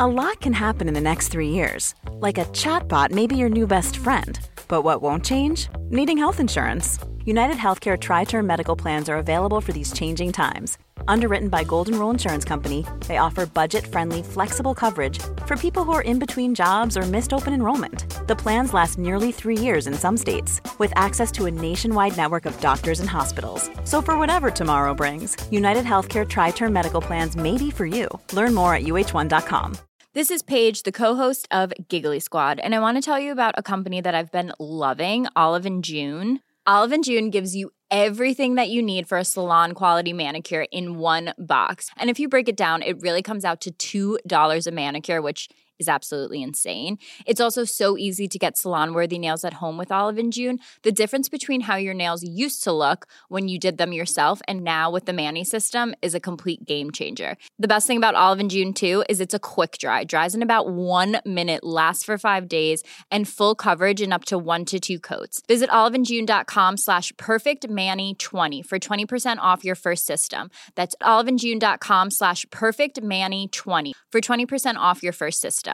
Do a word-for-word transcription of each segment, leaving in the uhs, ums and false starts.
A lot can happen in the next three years. Like a chatbot may be your new best friend. But what won't change? Needing health insurance. United Healthcare Tri-Term Medical Plans are available for these changing times. Underwritten by Golden Rule Insurance Company, they offer budget-friendly, flexible coverage for people who are in between jobs or missed open enrollment. The plans last nearly three years in some states, with access to a nationwide network of doctors and hospitals. So for whatever tomorrow brings, United Healthcare Tri-Term Medical Plans may be for you. Learn more at U H one dot com. This is Paige, the co-host of Giggly Squad, and I want to tell you about a company that I've been loving, Olive and June. Olive and June gives you everything that you need for a salon-quality manicure in one box. And if you break it down, it really comes out to two dollars a manicure, which is absolutely insane. It's also so easy to get salon-worthy nails at home with Olive and June. The difference between how your nails used to look when you did them yourself and now with the Mani system is a complete game changer. The best thing about Olive and June, too, is it's a quick dry. Dries in about one minute, lasts for five days, and full coverage in up to one to two coats. Visit oliveandjune.com slash perfectmani20 for twenty percent off your first system. That's oliveandjune.com slash perfectmani20 for twenty percent off your first system.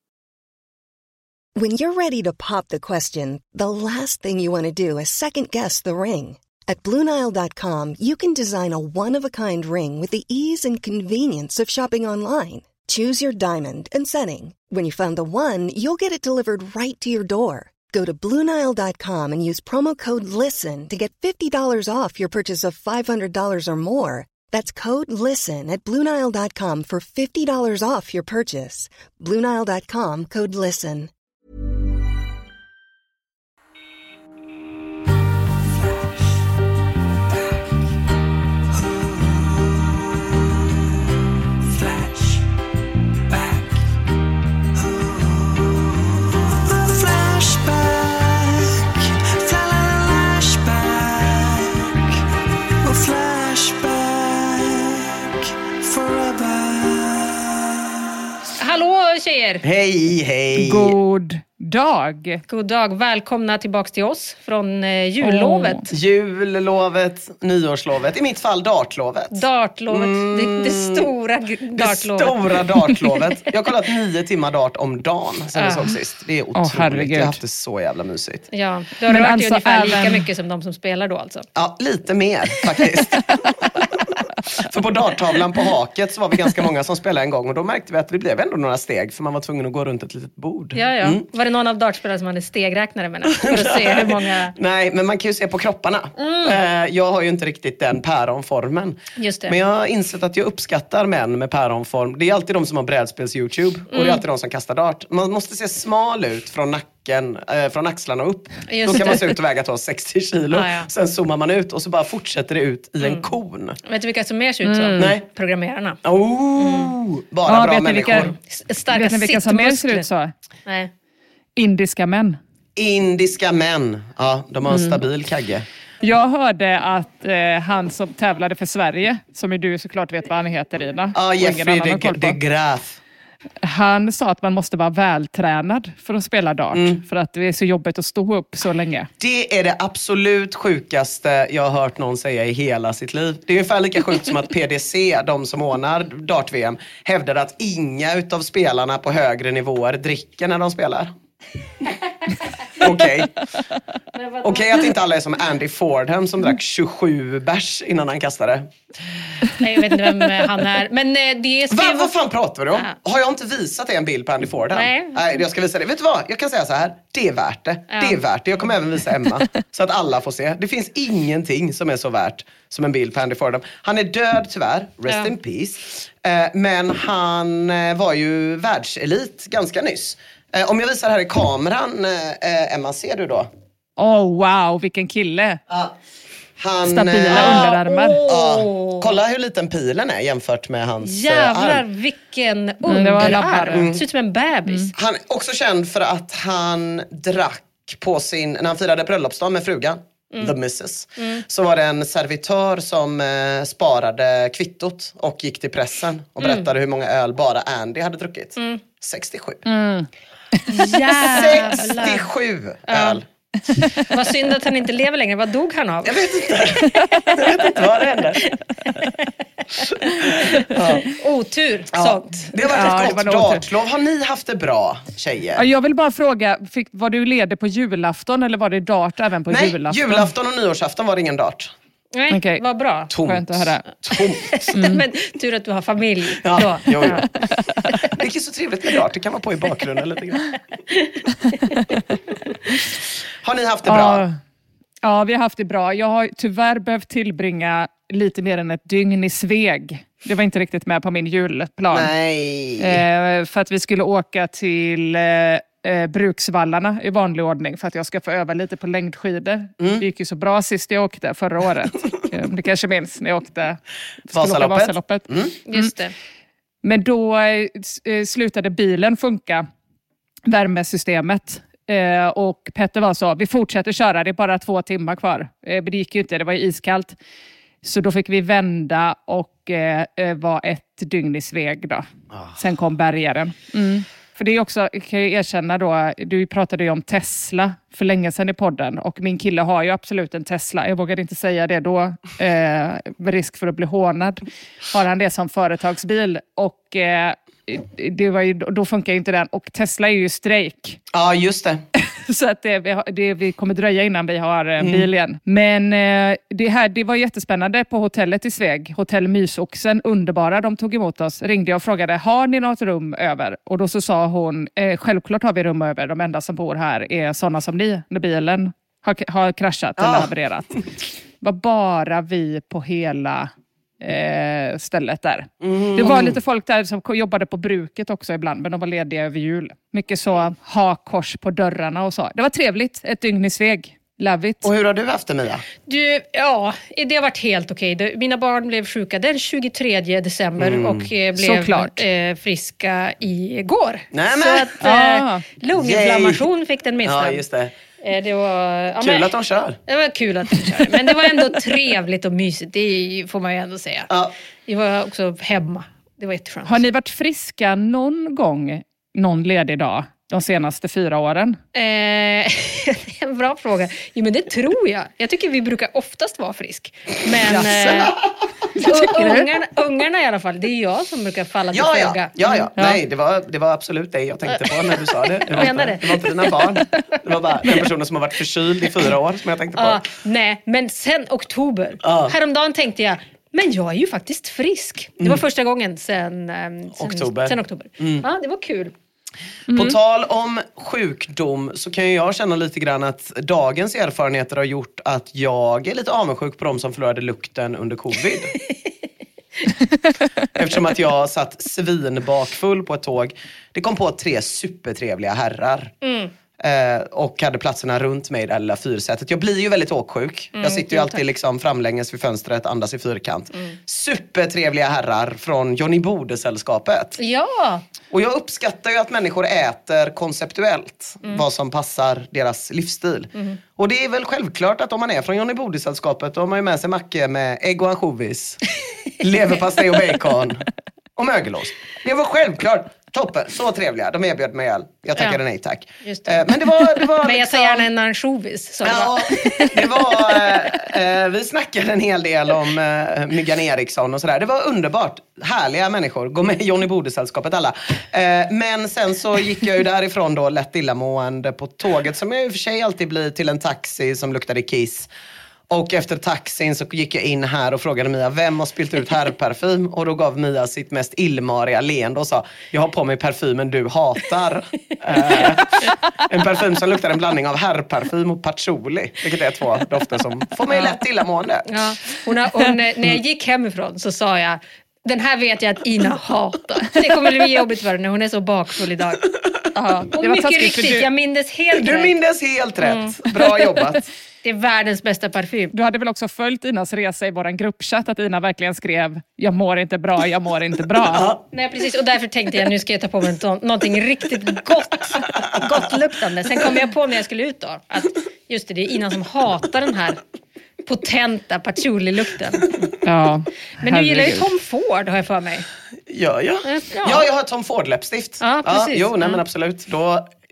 When you're ready to pop the question, the last thing you want to do is second-guess the ring. At Blue Nile dot com, you can design a one-of-a-kind ring with the ease and convenience of shopping online. Choose your diamond and setting. When you find the one, you'll get it delivered right to your door. Go to Blue Nile dot com and use promo code LISTEN to get fifty dollars off your purchase of five hundred dollars or more. That's code LISTEN at Blue Nile dot com for fifty dollars off your purchase. Blue Nile dot com, code LISTEN. Hallå tjejer! Hej, hej! God dag! God dag, välkomna tillbaks till oss från eh, jullovet. Oh. Jullovet, nyårslovet, i mitt fall dartlovet. Dartlovet, mm. det, det stora dartlovet. Det stora dartlovet. Jag har kollat nio timmar dart om dagen sen vi uh. såg sist. Det är otroligt. Oh, jag har haft det så jävla mysigt. Ja, du har Men rört alltså ungefär även... lika mycket som de som spelar då alltså. Ja, lite mer faktiskt. För på darttavlan på haket så var vi ganska många som spelade en gång. Och då märkte vi att det blev ändå några steg. För man var tvungen att gå runt ett litet bord. Ja, ja. Mm. Var det någon av dartspelare som hade stegräknare med? För att se hur många... Nej, men man kan ju se på kropparna. Mm. Jag har ju inte riktigt den päronformen. Just det. Men jag har insett att jag uppskattar män med päronform. Det är alltid de som har brädspels-YouTube. Mm. Och det är alltid de som kastar dart. Man måste se smal ut från nacken, äh, från axlarna upp. Just då kan det. man se ut och väga ta sextio kilo. Ah, ja. Sen zoomar man ut och så bara fortsätter det ut i mm. en kon. Vet du vilka som mer ser ut som? Mm. Nej. Programmerarna. Oh, mm. Bara ja, bra vet människor. Vilka, starka vet ni vilka som mer ser ut så? Nej. Indiska män. Indiska män. Ja, de har en mm. stabil kagge. Jag hörde att eh, han som tävlade för Sverige, som ju du såklart vet vad han heter, Ina. Ja, Jeffrey de, de Graaf. Han sa att man måste vara vältränad för att spela dart. Mm. För att det är så jobbigt att stå upp så länge. Det är det absolut sjukaste jag har hört någon säga i hela sitt liv. Det är ungefär lika sjukt som att P D C, de som ordnar dart-V M, hävdade att inga utav spelarna på högre nivåer dricker när de spelar. Okej. Okej okay, att inte alla är som Andy Fordham som drack tjugosju bärs innan han kastade. Nej, jag vet inte vem han är. Men det skrev... Va, vad fan pratar vi om? Ja. Har jag inte visat dig en bild på Andy Fordham? Nej. Nej, jag ska visa det. Vet du vad? Jag kan säga så här. Det är värt det. Ja. Det är värt det. Jag kommer även visa Emma. Så att alla får se. Det finns ingenting som är så värt som en bild på Andy Fordham. Han är död tyvärr. Rest ja. in peace. Men han var ju världselit ganska nyss. Om jag visar här i kameran, äh, Emma, ser du då? Åh, oh, wow, vilken kille. Ja. Han, Stabila äh, underarmar. Oh. Ja. Kolla hur liten pilen är jämfört med hans Jävlar, arm. vilken underarm. Mm. Ser ut som en bebis. Mm. Han är också känd för att han drack på sin, när han firade bröllopsdag med frugan. Mm. The missus. Mm. Så var det en servitör som eh, sparade kvittot och gick till pressen och berättade mm. hur många öl bara Andy hade druckit. Mm. sextiosju. Mm. sextiosju öl. Vad synd att han inte lever längre. Vad dog han av? Jag vet inte. Jag vet inte vad det hände. Ja. Otur, ja. Sånt. Det har varit ja, ett gott dartlov. Har ni haft det bra, tjejer? Ja, jag vill bara fråga, fick, var du ledig på julafton eller var det dart även på Nej, julafton? Nej, julafton och nyårsafton var det ingen dart. Nej, okay. Vad bra. Tomt. Skönt att höra. Tomt. Mm. Men tur att du har familj. Ja, då. Jo, jo. Det är så trevligt med dart. Det kan vara på i bakgrunden lite grann. Har ni haft det bra? Ja, ja, vi har haft det bra. Jag har tyvärr behövt tillbringa lite mer än ett dygn i Sveg. Det var inte riktigt med på min julplan. Nej. Eh, för att vi skulle åka till... Eh, Eh, Bruksvallarna i vanlig ordning för att jag ska få öva lite på längdskidor. Mm. Det gick ju så bra sist jag åkte förra året. Det kanske minns när jag åkte Vasaloppet. Vasaloppet. Mm. Just det. Men då eh, slutade bilen funka, värmesystemet. Eh, och Petter var så, vi fortsätter köra, det är bara två timmar kvar. Eh, men det gick ju inte, det var ju iskallt. Så då fick vi vända och eh, var ett dygn i Sveg då. Oh. Sen kom bärgaren. Mm. För det är också, kan jag erkänna då, du pratade ju om Tesla för länge sedan i podden. Och min kille har ju absolut en Tesla. Jag vågade inte säga det då, eh, med risk för att bli hånad. Har han det som företagsbil. Och eh, det var ju, då funkar ju inte den. Och Tesla är ju strejk. Ja, just det. Så att det, vi, det, vi kommer dröja innan vi har en bil igen. Men eh, det här, det var jättespännande på hotellet i Sveg. Hotell Mysoxen, underbara. De tog emot oss. Ringde jag och frågade, har ni något rum över? Och då så sa hon, eh, självklart har vi rum över. De enda som bor här är sådana som ni. När bilen har, har kraschat eller ah. havererat. Det var bara vi på hela... Eh, stället där. Mm. Det var lite folk där som jobbade på bruket också ibland, men de var lediga över jul. Mycket så ha kors på dörrarna och så. Det var trevligt, ett dygn i Sveg. Love it. Och hur har du haft det, Mia? Du, ja, det har varit helt okej. Okay. Mina barn blev sjuka den tjugotredje december mm. och eh, blev eh, friska igår. Nej, så men. att eh, ah. lunginflammation Yay. Fick den minsta. Ja, just det. Det var, ja, kul men, att de kör. Det var kul att de kör. Men det var ändå trevligt och mysigt. Det får man ju ändå säga. Ja. Vi var också hemma. Det var jätteskönt. Har ni varit friska någon gång, någon ledig dag, de senaste fyra åren? Eh, en bra fråga. Jo, men det tror jag. Jag tycker vi brukar oftast vara frisk. Men eh, ungarna, ungarna i alla fall, det är jag som brukar falla till ja, föga. Ja, ja, ja. Nej, det var, det var absolut det jag tänkte på när du sa det. Det var, inte, det. det var inte dina barn. Det var bara den personen som har varit förkyld i fyra år som jag tänkte på. Ah, nej, men sen oktober. Ah. Häromdagen tänkte jag, men jag är ju faktiskt frisk. Det var mm. första gången sen, sen oktober. Sen oktober. Mm. Ja, det var kul. Mm. På tal om sjukdom så kan jag känna lite grann att dagens erfarenheter har gjort att jag är lite avundsjuk på de som förlorade lukten under covid. Eftersom att jag satt svinbakfull på ett tåg. Det kom på tre supertrevliga herrar. Mm. Eh, och hade platserna runt mig i det här lilla fyrsätet. Jag blir ju väldigt åksjuk. Mm, jag sitter ju alltid liksom framlänges vid fönstret, andas i fyrkant. Mm. Supertrevliga herrar från Johnny Bode-sällskapet. Ja. Och jag uppskattar ju att människor äter konceptuellt mm. vad som passar deras livsstil. Mm. Och det är väl självklart att om man är från Johnny Bode-sällskapet då har man ju med sig macke med ägg och ansjovis, leverpastej och bacon och mögelost. Det var självklart. Toppen, så trevliga. De erbjöd mig öl. Jag tackade ja. nej tack. Just det. Men det var, det var men jag liksom... tar gärna en ansjovis. Ja, det var... eh, vi snackade en hel del om eh, Myggan Eriksson och sådär. Det var underbart. Härliga människor. Gå med i Johnny Bode-sällskapet alla. Eh, men sen så gick jag ju därifrån då lätt illamående på tåget. Som jag i och för sig alltid blir till en taxi som luktade kiss. Och efter taxin så gick jag in här och frågade Mia, vem har spilt ut herrparfym? Och då gav Mia sitt mest illmariga leende och sa, jag har på mig parfymen du hatar. eh, en parfym som luktar en blandning av herrparfym och patchouli. Vilket är två dofter som får mig lätt illamående. Ja. Hon har, hon, när jag gick hemifrån så sa jag, den här vet jag att Ina hatar. Det kommer bli jobbigt för henne, hon är så bakfull idag. Ja. Och det var mycket riktigt, du, jag mindes helt du rätt. Du mindes helt rätt. Mm. Bra jobbat. Det är världens bästa parfym. Du hade väl också följt Inas resa i våran gruppchatt att Ina verkligen skrev, jag mår inte bra, jag mår inte bra. Ja. Nej, precis. Och därför tänkte jag, nu ska jag ta på mig någonting riktigt gott, gott luktande. Sen kom jag på när jag skulle ut då, att just det, det är Ina som hatar den här potenta patchouli-lukten. Ja, men du gillar ju Tom Ford, har jag för mig. Ja, ja. Ja, ja jag har Tom Ford läppstift. Ja, precis. Ja, jo, nej men absolut. Då...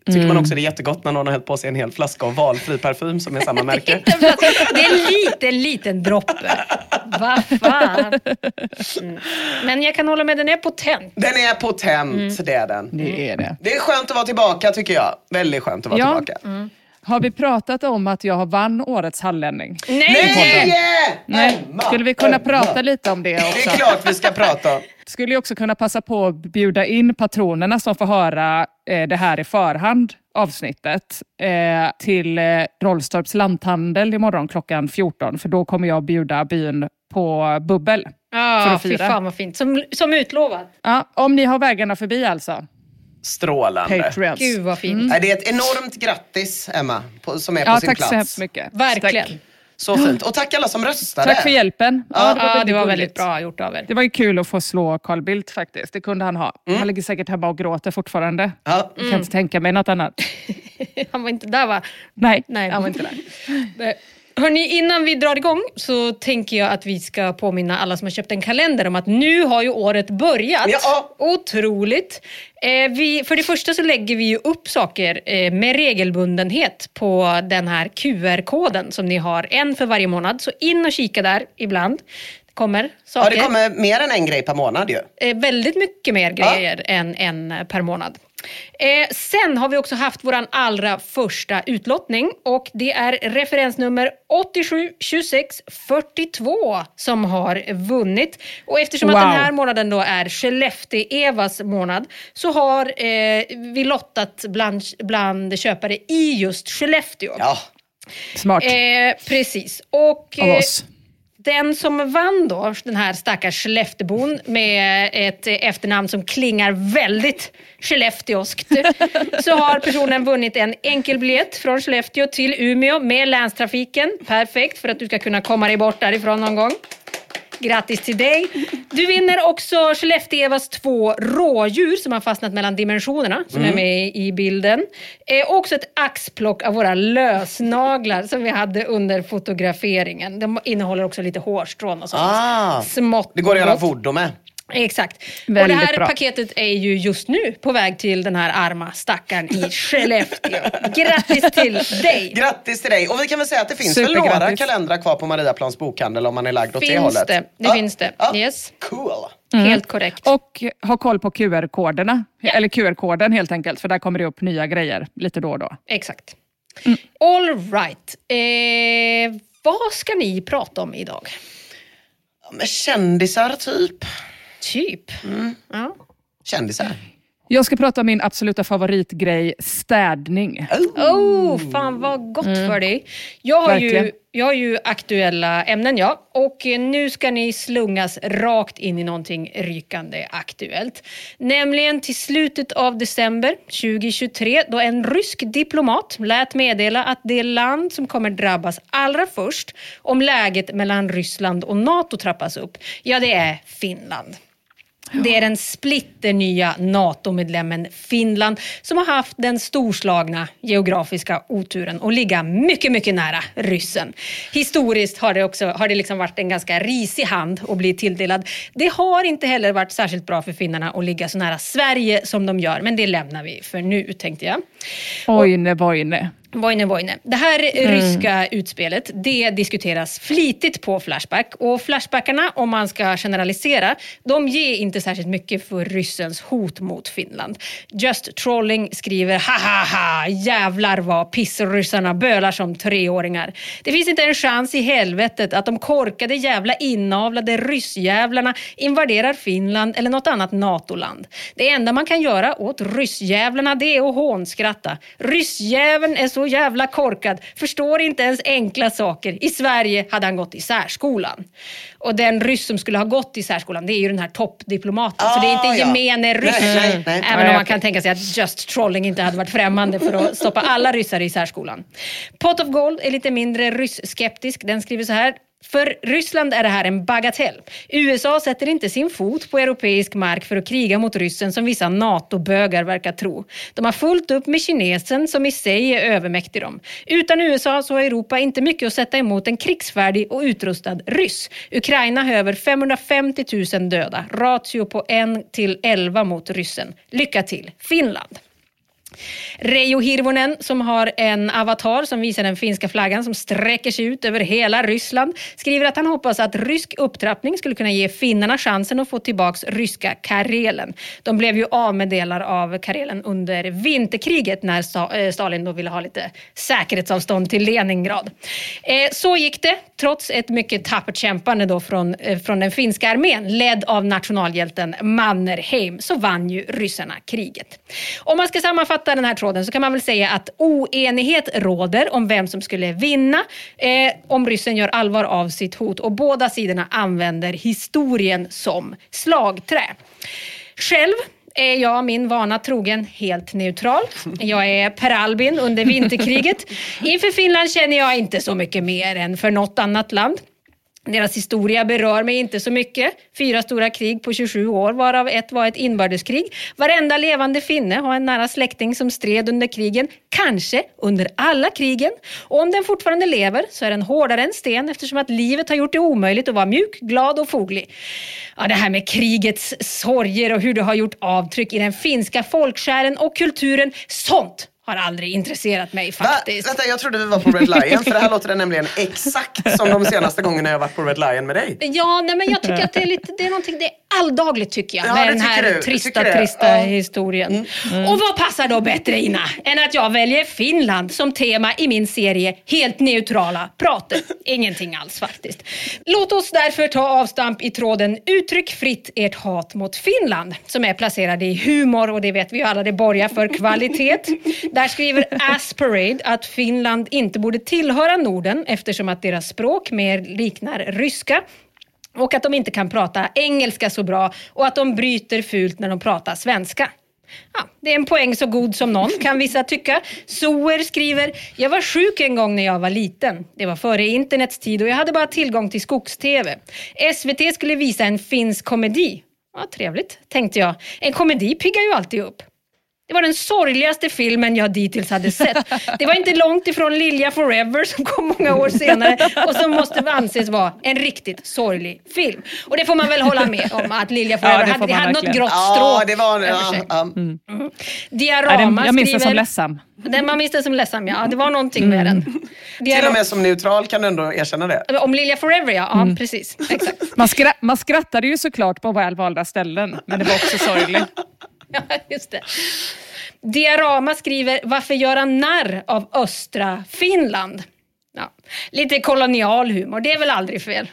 Tycker mm. man också det är jättegott när någon har hällt på sig en hel flaska av valfri parfym som är samma märke. Det är en liten, liten droppe. Vad fan. Mm. Men jag kan hålla med, den är potent. Den är potent, mm. det är den. Det är det. Det är skönt att vara tillbaka tycker jag. Väldigt skönt att vara ja. tillbaka. Mm. Har vi pratat om att jag har vann årets hallänning? Nej! Nej! Nej! Skulle vi kunna Emma. prata lite om det också? Det är klart vi ska prata om. Skulle jag också kunna passa på att bjuda in patronerna som får höra eh, det här i förhand, avsnittet, eh, till eh, Rollstorps lanthandel imorgon klockan fjorton. För då kommer jag bjuda byn på bubbel. Ja, ah, fy fan vad fint. Som, som utlovat. Ja, om ni har vägarna förbi alltså. Strålande. Patreons. Gud vad fint. Mm. Det är ett enormt grattis, Emma, på, som är på ja, sin tack plats. Så hemskt mycket. Verkligen. Tack. Så fint. Och tack alla som röstade. Tack för hjälpen. Ja, ja, det var, ja, det var väldigt bra gjort av er. Det var ju kul att få slå Carl Bildt faktiskt. Det kunde han ha. Mm. Han ligger säkert hemma och gråter fortfarande. Ja. Jag kan mm. inte tänka mig något annat. Han var inte där va? Nej, Nej. han var inte där. Hörrni, innan vi drar igång så tänker jag att vi ska påminna alla som har köpt en kalender om att nu har ju året börjat. Ja. Otroligt. Eh, vi, för det första så lägger vi ju upp saker eh, med regelbundenhet på den här Q R-koden som ni har, en för varje månad. Så in och kika där ibland. Det kommer saker. Ja, det kommer mer än en grej per månad ju. Eh, väldigt mycket mer grejer ja. än en per månad. Eh, sen har vi också haft våran allra första utlottning och det är referensnummer åttiosju tjugosex fyrtiotvå som har vunnit. Och eftersom wow. att den här månaden då är Skellefteå-Evas månad så har eh, vi lottat bland, bland köpare i just Skellefteå. Ja, smart. Eh, precis. Och av oss. Den som vann då, den här stackars Skellefteåbon med ett efternamn som klingar väldigt skellefteåskt, så har personen vunnit en enkelbiljett från Skellefteå till Umeå med länstrafiken. Perfekt för att du ska kunna komma dig bort därifrån någon gång. Grattis till dig. Du vinner också Skellefteås två rådjur som har fastnat mellan dimensionerna som mm. är med i bilden. Eh, också ett axplock av våra lösnaglar som vi hade under fotograferingen. De innehåller också lite hårstrån och sånt. Ah, smått. Det går att göra voodoo med. Exakt. Väldigt och det här bra. paketet är ju just nu på väg till den här arma stackaren i Skellefteå. Grattis till dig! Grattis till dig! Och vi kan väl säga att det finns väl några kalendrar kvar på Mariaplans bokhandel om man är lagd åt finns det hållet. Det, det ja. finns det. Ja. Yes. Cool. Mm. Helt korrekt. Och ha koll på Q R-koderna. Ja. Eller Q R-koden helt enkelt. För där kommer det upp nya grejer lite då och då. Exakt. Mm. All right. Eh, vad ska ni prata om idag? Ja, med kändisar typ. Typ? Mm. Ja. Kändisar. Jag ska prata om min absoluta favoritgrej, städning. Oh, oh fan vad gott mm. för dig. Jag har, ju, jag har ju aktuella ämnen, ja. Och nu ska ni slungas rakt in i någonting rykande aktuellt. Nämligen till slutet av december tjugohundratjugotre då en rysk diplomat lät meddela att det land som kommer drabbas allra först om läget mellan Ryssland och NATO trappas upp, ja det är Finland. Det är den splitternya NATO-medlemmen Finland som har haft den storslagna geografiska oturen att ligga mycket, mycket nära ryssen. Historiskt har det också har det liksom varit en ganska risig hand att bli tilldelad. Det har inte heller varit särskilt bra för finnarna att ligga så nära Sverige som de gör, men det lämnar vi för nu, tänkte jag. Ojne, vojne. Vojne, vojne. Det här mm. ryska utspelet, det diskuteras flitigt på Flashback. Och Flashbackarna, om man ska generalisera, de ger inte särskilt mycket för ryssens hot mot Finland. Just Trolling skriver, ha ha ha, jävlar vad pissryssarna bölar som treåringar. Det finns inte en chans i helvetet att de korkade jävla inavlade ryssjävlarna invaderar Finland eller något annat NATO-land. Det enda man kan göra åt ryssjävlarna, det är att hånskratta. Ryssjäveln är så jävla korkad, förstår inte ens enkla saker. I Sverige hade han gått i särskolan. Och den ryss som skulle ha gått i särskolan, det är ju den här toppdiplomaten. Ah, så det är inte ja. gemene ryss. Nej, nej, nej. Även om man kan tänka sig att Just Trolling inte hade varit främmande för att stoppa alla ryssar i särskolan. Pot of Gold är lite mindre ryss-skeptisk. Den skriver så här: för Ryssland är det här en bagatell. U S A sätter inte sin fot på europeisk mark för att kriga mot ryssen som vissa NATO-bögar verkar tro. De har fullt upp med kinesen som i sig är övermäktig dem. Utan U S A så har Europa inte mycket att sätta emot en krigsfärdig och utrustad ryss. Ukraina har över femhundrafemtio tusen döda. Ratio på en till elva mot ryssen. Lycka till, Finland. Reijo Hirvonen, som har en avatar som visar den finska flaggan som sträcker sig ut över hela Ryssland, skriver att han hoppas att rysk upptrappning skulle kunna ge finnarna chansen att få tillbaks ryska Karelen. De blev ju av med delar av Karelen under vinterkriget när Stalin då ville ha lite säkerhetsavstånd till Leningrad. Eh, så gick det, trots ett mycket tappert kämpande då från, eh, från den finska armén, ledd av nationalhjälten Mannerheim, så vann ju ryssarna kriget. Om man ska sammanfatta den här tråden så kan man väl säga att oenighet råder om vem som skulle vinna eh, om ryssen gör allvar av sitt hot, och båda sidorna använder historien som slagträ. Själv är jag min vana trogen helt neutral. Jag är Per Albin under vinterkriget. Inför Finland känner jag inte så mycket mer än för något annat land. Deras historia berör mig inte så mycket. Fyra stora krig på tjugosju år, varav ett var ett inbördeskrig. Varenda levande finne har en nära släkting som stred under krigen, kanske under alla krigen. Och om den fortfarande lever så är den hårdare än sten, eftersom att livet har gjort det omöjligt att vara mjuk, glad och foglig. Ja, det här med krigets sorger och hur det har gjort avtryck i den finska folksjälen och kulturen, sånt har aldrig intresserat mig faktiskt. Va? Vänta, jag trodde vi var på Red Lion, för det här låter det nämligen exakt som de senaste gångerna jag har varit på Red Lion med dig. Ja, nej, men jag tycker att det är lite, det är någonting, det är alldagligt tycker jag, ja, med den här du. trista, trista ja. historien. Mm. Mm. Och vad passar då bättre, Ina, än att jag väljer Finland som tema i min serie Helt neutrala prater? Ingenting alls faktiskt. Låt oss därför ta avstamp i tråden Uttryck fritt ert hat mot Finland, som är placerad i humor, och det vet vi ju alla, det borgar för kvalitet. Där skriver Asparade att Finland inte borde tillhöra Norden eftersom att deras språk mer liknar ryska och att de inte kan prata engelska så bra och att de bryter fult när de pratar svenska. Ja, det är en poäng så god som någon, kan vissa tycka. Soer skriver: jag var sjuk en gång när jag var liten. Det var före internets tid och jag hade bara tillgång till skogs-tv. S V T skulle visa en finsk komedi. Ja, trevligt, tänkte jag. En komedi piggar ju alltid upp. Det var den sorgligaste filmen jag dittills hade sett. Det var inte långt ifrån Lilja Forever som kom många år senare och som måste anses vara en riktigt sorglig film. Och det får man väl hålla med om, att Lilja Forever ja, hade, hade något grått strå. Ja, det var ja, um. mm. mm. Diarama ja, jag minns skriver, det som ledsam. Den man minns det som ledsam, ja. Det var någonting mm. med den. Diarama, till och med som neutral kan du ändå erkänna det. Om Lilja Forever, ja. Ja, mm. precis. Exakt. Man, skra- man skrattade ju såklart på välvalda ställen, men det var också sorgligt. Ja, just det. Diarama skriver: varför göra narr av östra Finland? Ja, lite kolonial humor, det är väl aldrig fel.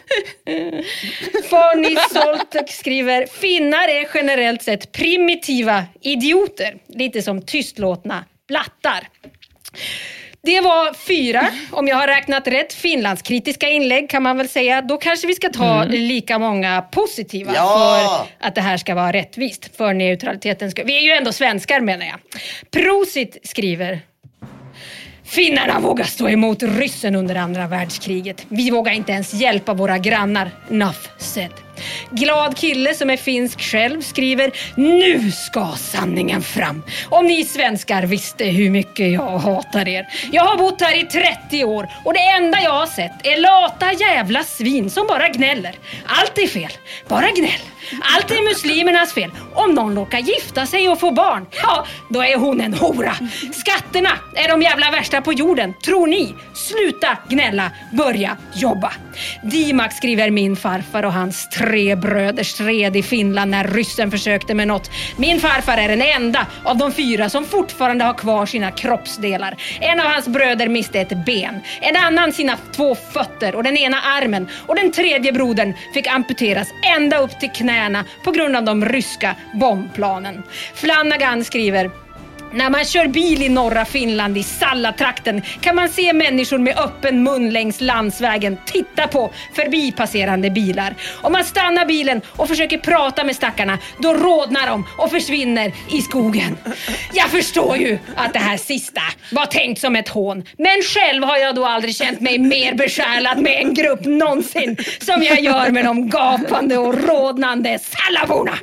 Fanny Soltek skriver: finnar är generellt sett primitiva idioter, lite som tystlåtna blattar. Det var fyra, om jag har räknat rätt, finlandskritiska inlägg kan man väl säga. Då kanske vi ska ta mm. lika många positiva ja. för att det här ska vara rättvist. För neutraliteten ska... Vi är ju ändå svenskar, menar jag. Prosit skriver: finnarna vågar stå emot ryssen under andra världskriget. Vi vågar inte ens hjälpa våra grannar. Enough said. Glad kille som är finsk själv skriver: nu ska sanningen fram. Om ni svenskar visste hur mycket jag hatar er. Jag har bott här i trettio år och det enda jag har sett är lata jävla svin som bara gnäller. Allt är fel, bara gnäll. Allt är muslimernas fel. Om någon råkar gifta sig och få barn, ja, då är hon en hora. Skatterna är de jävla värsta på jorden, tror ni? Sluta gnälla, börja jobba. Dimak skriver: min farfar och hans tre bröder stred i Finland när ryssen försökte med något. Min farfar är den enda av de fyra som fortfarande har kvar sina kroppsdelar. En av hans bröder miste ett ben, en annan sina två fötter och den ena armen, och den tredje brodern fick amputeras ända upp till knäna på grund av de ryska bombplanen. Flanagan skriver: när man kör bil i norra Finland i Salla-trakten kan man se människor med öppen mun längs landsvägen titta på förbipasserande bilar. Om man stannar bilen och försöker prata med stackarna, då rådnar de och försvinner i skogen. Jag förstår ju att det här sista var tänkt som ett hån, men själv har jag då aldrig känt mig mer besjälad med en grupp någonsin som jag gör med de gapande och rådnande Sallaborna.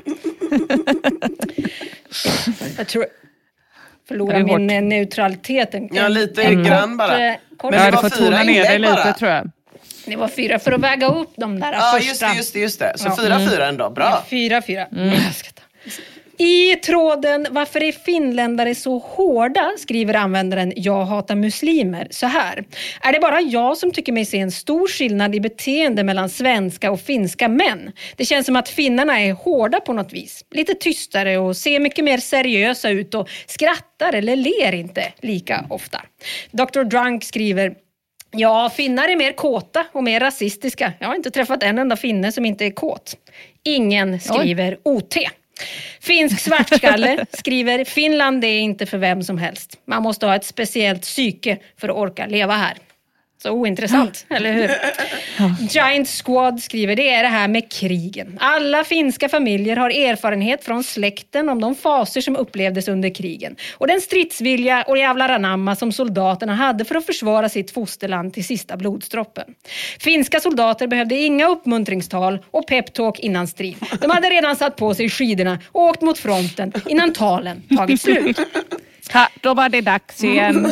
Jag tror förlora min hårt. neutralitet. Ja, lite mm. grann bara. Kort. Men det var fyra ner det lite, bara. Tror jag. Det var fyra för att väga upp de där ja, första. Ja, just det, just det, just det. Så ja. fyra, mm. fyra ändå. Bra. Ja, fyra, fyra. Mm. Jag ska ta. I tråden varför är finländare så hårda skriver användaren jag hatar muslimer så här. Är det bara jag som tycker mig se en stor skillnad i beteende mellan svenska och finska män? Det känns som att finnarna är hårda på något vis. Lite tystare och ser mycket mer seriösa ut och skrattar eller ler inte lika ofta. doktor Drunk skriver ja, finnar är mer kåta och mer rasistiska. Jag har inte träffat en enda finne som inte är kåt. Ingen skriver O T. Finsk svartskalle skriver Finland är inte för vem som helst. Man måste ha ett speciellt psyke för att orka leva här. Så ointressant, eller hur? Giant Squad skriver det är det här med krigen. Alla finska familjer har erfarenhet från släkten om de faser som upplevdes under krigen. Och den stridsvilja och jävla ranamma som soldaterna hade för att försvara sitt fosterland till sista blodsdroppen. Finska soldater behövde inga uppmuntringstal och peptalk innan strid. De hade redan satt på sig skidorna och åkt mot fronten innan talen tagit slut. Ha, då var det dags igen.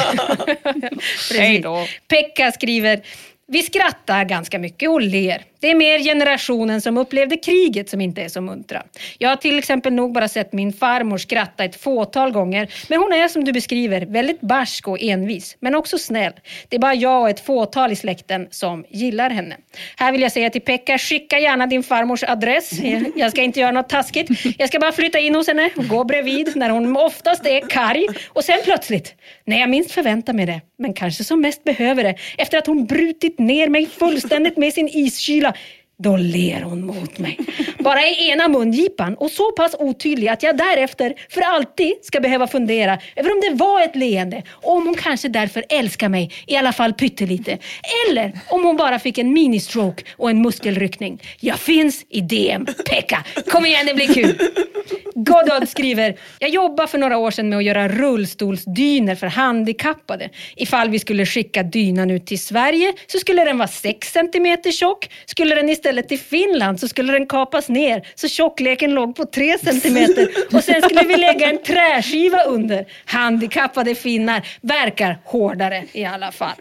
Hej då. Pekka skriver vi skrattar ganska mycket och ler. Det är mer generationen som upplevde kriget som inte är så muntra. Jag har till exempel nog bara sett min farmor skratta ett fåtal gånger. Men hon är som du beskriver väldigt barsk och envis. Men också snäll. Det är bara jag och ett fåtal i släkten som gillar henne. Här vill jag säga till Pekka, skicka gärna din farmors adress. Jag ska inte göra något taskigt. Jag ska bara flytta in hos henne och gå bredvid när hon oftast är karg. Och sen plötsligt, när jag minst förväntar mig det, men kanske som mest behöver det, efter att hon brutit ner mig fullständigt med sin iskyla, då ler hon mot mig. Bara i ena mungipan och så pass otydlig att jag därefter för alltid ska behöva fundera över om det var ett leende och om hon kanske därför älskar mig i alla fall pyttelite. Eller om hon bara fick en ministroke och en muskelryckning. Jag finns i D M. Pekka, kom igen, det blir kul. Godod skriver, jag jobbar för några år sedan med att göra rullstolsdyner för handikappade. Ifall vi skulle skicka dynan ut till Sverige så skulle den vara sex centimeter tjock. Skulle den istället till Finland så skulle den kapas ner så tjockleken låg på tre centimeter. Och sen skulle vi lägga en träskiva under. Handikappade finnar verkar hårdare i alla fall.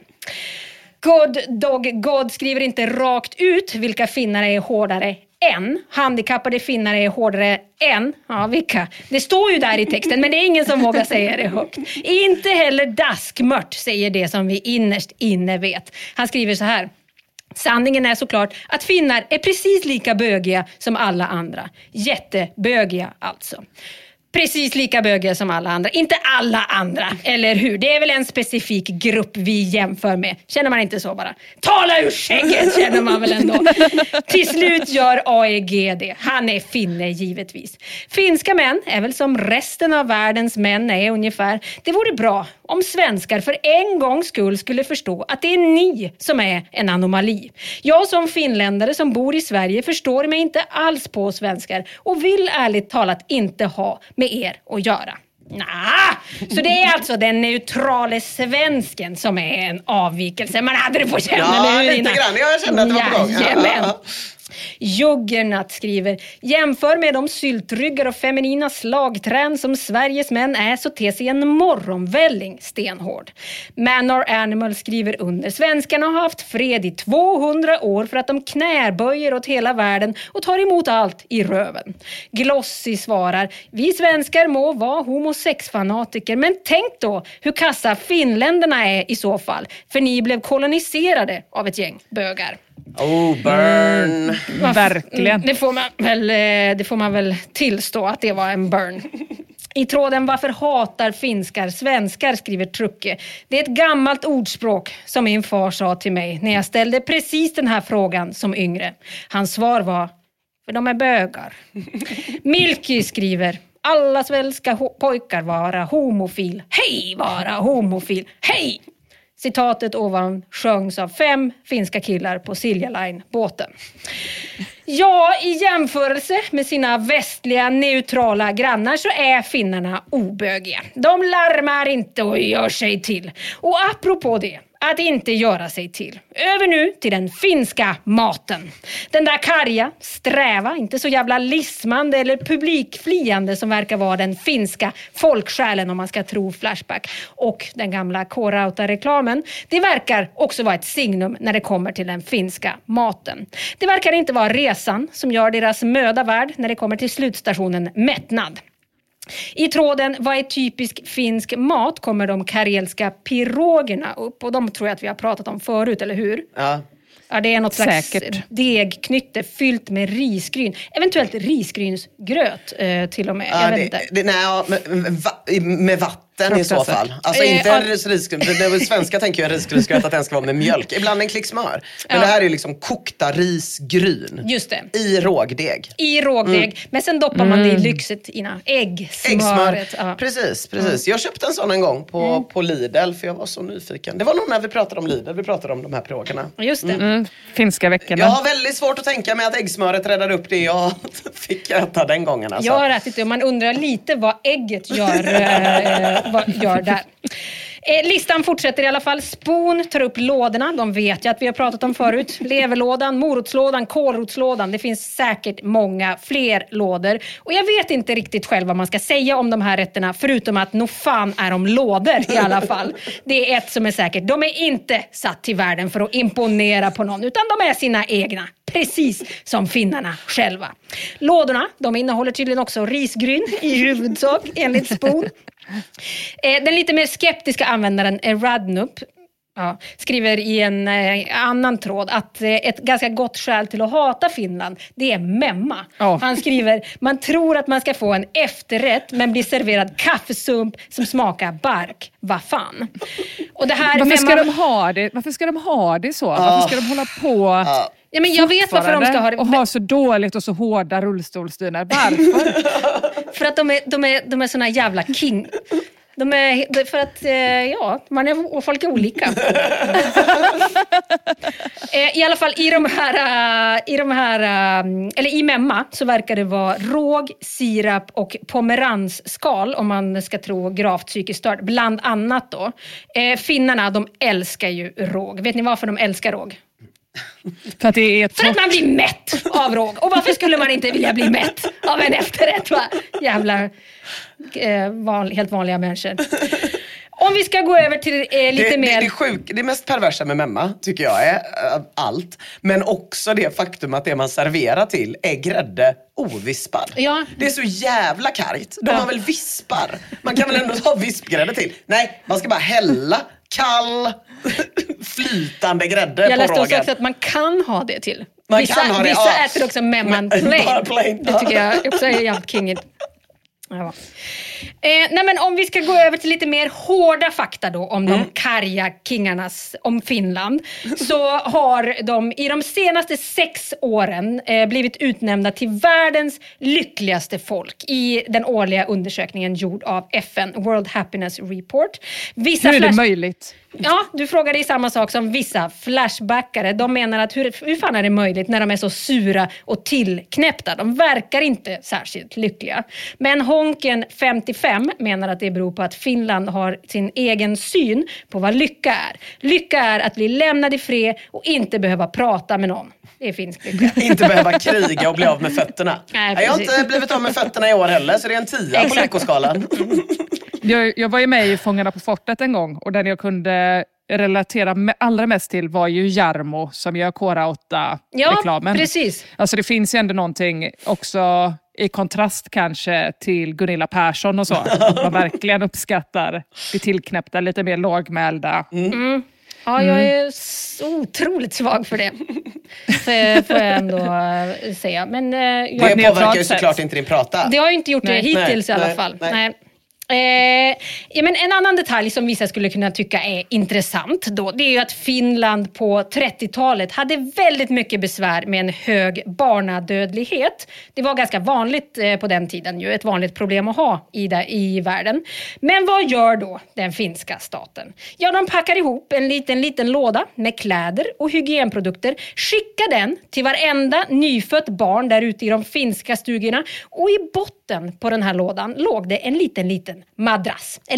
God Dog God skriver inte rakt ut vilka finnar är hårdare än. Handikappade finnar är hårdare än. Ja, vilka? Det står ju där i texten, men det är ingen som vågar säga det högt. Inte heller Daskmört säger det som vi innerst inne vet. Han skriver så här. Sanningen är såklart att finnar är precis lika bögiga som alla andra. Jättebögiga alltså. Precis lika bögiga som alla andra. Inte alla andra, eller hur? Det är väl en specifik grupp vi jämför med. Känner man inte så bara? Tala ur skägget, känner man väl ändå. Till slut gör A E G det. Han är finne givetvis. Finska män är väl som resten av världens män är ungefär. Det vore bra om svenskar för en gångs skull skulle förstå att det är ni som är en anomali. Jag som finländare som bor i Sverige förstår mig inte alls på svenskar och vill ärligt talat inte ha med er att göra. Nah, så det är alltså den neutrale svensken som är en avvikelse. Man hade det på känna. Ja, lite grann. Jag kände att det var på gång. Jajamän. Juggernaut skriver, jämför med de syltryggar och feminina slagträn som Sveriges män är så ter sig en morgonvälling stenhård. Manor Animal skriver under, svenskarna har haft fred i tvåhundra år för att de knäböjer åt hela världen och tar emot allt i röven. Glossy svarar, vi svenskar må vara homosexfanatiker, men tänk då hur kassa finländarna är i så fall, för ni blev koloniserade av ett gäng bögar. Oh, burn. Mm, verkligen. Det får man väl, det får man väl tillstå att det var en burn. I tråden varför hatar finskar svenskar skriver Trucke. Det är ett gammalt ordspråk som min far sa till mig när jag ställde precis den här frågan som yngre. Hans svar var, för de är bögar. Milky skriver, alla svenska ho- pojkar vara homofil. Hej vara homofil. Hej! Citatet ovan sjöngs av fem finska killar på Silja Line-båten. Ja, i jämförelse med sina västliga neutrala grannar så är finnarna obögiga. De larmar inte och gör sig till. Och apropå det, att inte göra sig till. Över nu till den finska maten. Den där karga, sträva, inte så jävla lismande eller publikfliande som verkar vara den finska folksjälen om man ska tro Flashback. Och den gamla K-Rauta-reklamen. Det verkar också vara ett signum när det kommer till den finska maten. Det verkar inte vara resan som gör deras möda värd när det kommer till slutstationen mättnad. I tråden vad är typisk finsk mat kommer de karelska pirogerna upp. Och de tror jag att vi har pratat om förut, eller hur? Ja. Ja, det är något slags Säkert. degknytte fyllt med risgryn. Eventuellt risgrynsgröt eh, till och med. Ja, jag vet det, inte. det, nej, ja, med, va, med vatten i så fall. Alltså Eh, inte ja. en risgryn. Det svenska tänker jag risgrynsgröt att den ska vara med mjölk. Ibland en klick smör. Men Ja. det här är liksom kokta risgryn. Just det. I rågdeg. I rågdeg. Men sen doppar man det i lyxet innan. Äggsmöret. Äggsmör. Ja. Precis, precis. Jag köpte en sån en gång på, Mm. på Lidl för jag var så nyfiken. Det var nog när vi pratade om Lidl. Vi pratade om de här frågorna. Just det. Mm, finska veckorna. Jag har väldigt svårt att tänka mig att äggsmöret räddade upp det jag fick äta den gången. Alltså. Jag har ätit det och man undrar lite vad ägget gör, eh, vad gör där. Eh, listan fortsätter i alla fall. Spoon tar upp lådorna. De vet jag att vi har pratat om förut. Leverlådan, morotslådan, kålrotslådan. Det finns säkert många fler lådor. Och jag vet inte riktigt själv vad man ska säga om de här rätterna. Förutom att nog fan är de lådor i alla fall. Det är ett som är säkert. De är inte satt till världen för att imponera på någon. Utan de är sina egna. Precis som finnarna själva. Lådorna, de innehåller tydligen också risgryn i huvudsak enligt Spoon. Eh, den lite mer skeptiska användaren är Radnup. Ja, skriver i en eh, annan tråd att eh, ett ganska gott skäl till att hata Finland, det är memma. Oh. Han skriver, man tror att man ska få en efterrätt men blir serverad kaffesump som smakar bark. Vad fan? Och det här Varför ska memma... de ha det? Varför ska de ha det så? Varför ska de hålla på Ja, men jag vet varför de ska ha det. och ha så dåligt och så hårda rullstolsdynar? Varför? För att de är, de är, de är såna jävla king... De är, för att, eh, ja, man är, och folk är olika. eh, I alla fall i de här, uh, i de här uh, eller i memma så verkar det vara råg, sirap och pomeransskal om man ska tro gravt psykiskt störd. Bland annat då. Eh, finnarna, de älskar ju råg. Vet ni varför de älskar råg? För att det är För att man blir mätt av råg. Och varför skulle man inte vilja bli mätt av en efterrätt? Va? Jävla eh, van, helt vanliga människor. Om vi ska gå över till eh, lite det, mer... Det, det, sjuk, det mest perversa med memma tycker jag är äh, allt. Men också det faktum att det man serverar till är grädde ovispad. Ja. Det är så jävla kargt. De Ja. har väl vispar? Man kan väl ändå ta vispgrädde till? Nej, man ska bara hälla kall flytande grädde Jag på läste också rågen. att man kan ha det till. Man vissa kan ha det, vissa ja. äter också memman Men- plain. bara plain. Det tycker jag också är jävligt kingigt. Ja. Eh, nej men om vi ska gå över till lite mer hårda fakta då om Mm. de karga kingarnas om Finland, så har de i de senaste sex åren eh, blivit utnämnda till världens lyckligaste folk i den årliga undersökningen gjord av F N, World Happiness Report. Vissa Hur är det flash- möjligt? Ja, du frågade i samma sak som vissa flashbackare. De menar att hur, hur fan är det möjligt när de är så sura och tillknäppta? De verkar inte särskilt lyckliga. Men Honken femtiofem menar att det beror på att Finland har sin egen syn på vad lycka är. Lycka är att bli lämnad i fred och inte behöva prata med någon. Det är finsk lycka. Inte behöva kriga och bli av med fötterna. Nej, jag har precis. inte blivit av med fötterna i år heller, så det är en tia på Exakt. lyckoskalan. Jag, jag var ju med i Fångarna på fortet en gång och den jag kunde relatera med, allra mest till var ju Jarmo som gör K-Rauta-reklamen. Ja, precis. Alltså det finns ju ändå någonting också i kontrast kanske till Gunilla Persson och så. Att man verkligen uppskattar det tillknäppta, lite mer lågmälda. Mm. Ja, jag är så otroligt svag för det. För, får jag ändå äh, säga. Men, äh, jag, Det påverkar ju neutralt såklart sätt. inte din prata. Det har ju inte gjort det Nej. hittills Nej, i alla nej, fall. nej. Nej. Eh, ja, men en annan detalj som vissa skulle kunna tycka är intressant då, det är ju att Finland på trettiotalet hade väldigt mycket besvär med en hög barnadödlighet. Det var ganska vanligt eh, på den tiden, ju ett vanligt problem att ha i, där, i världen. Men vad gör då den finska staten? Ja, de packar ihop en liten, liten låda med kläder och hygienprodukter, skickar den till varenda nyfött barn där ute i de finska stugorna, och i botten på den här lådan låg det en liten, liten madrass. Eller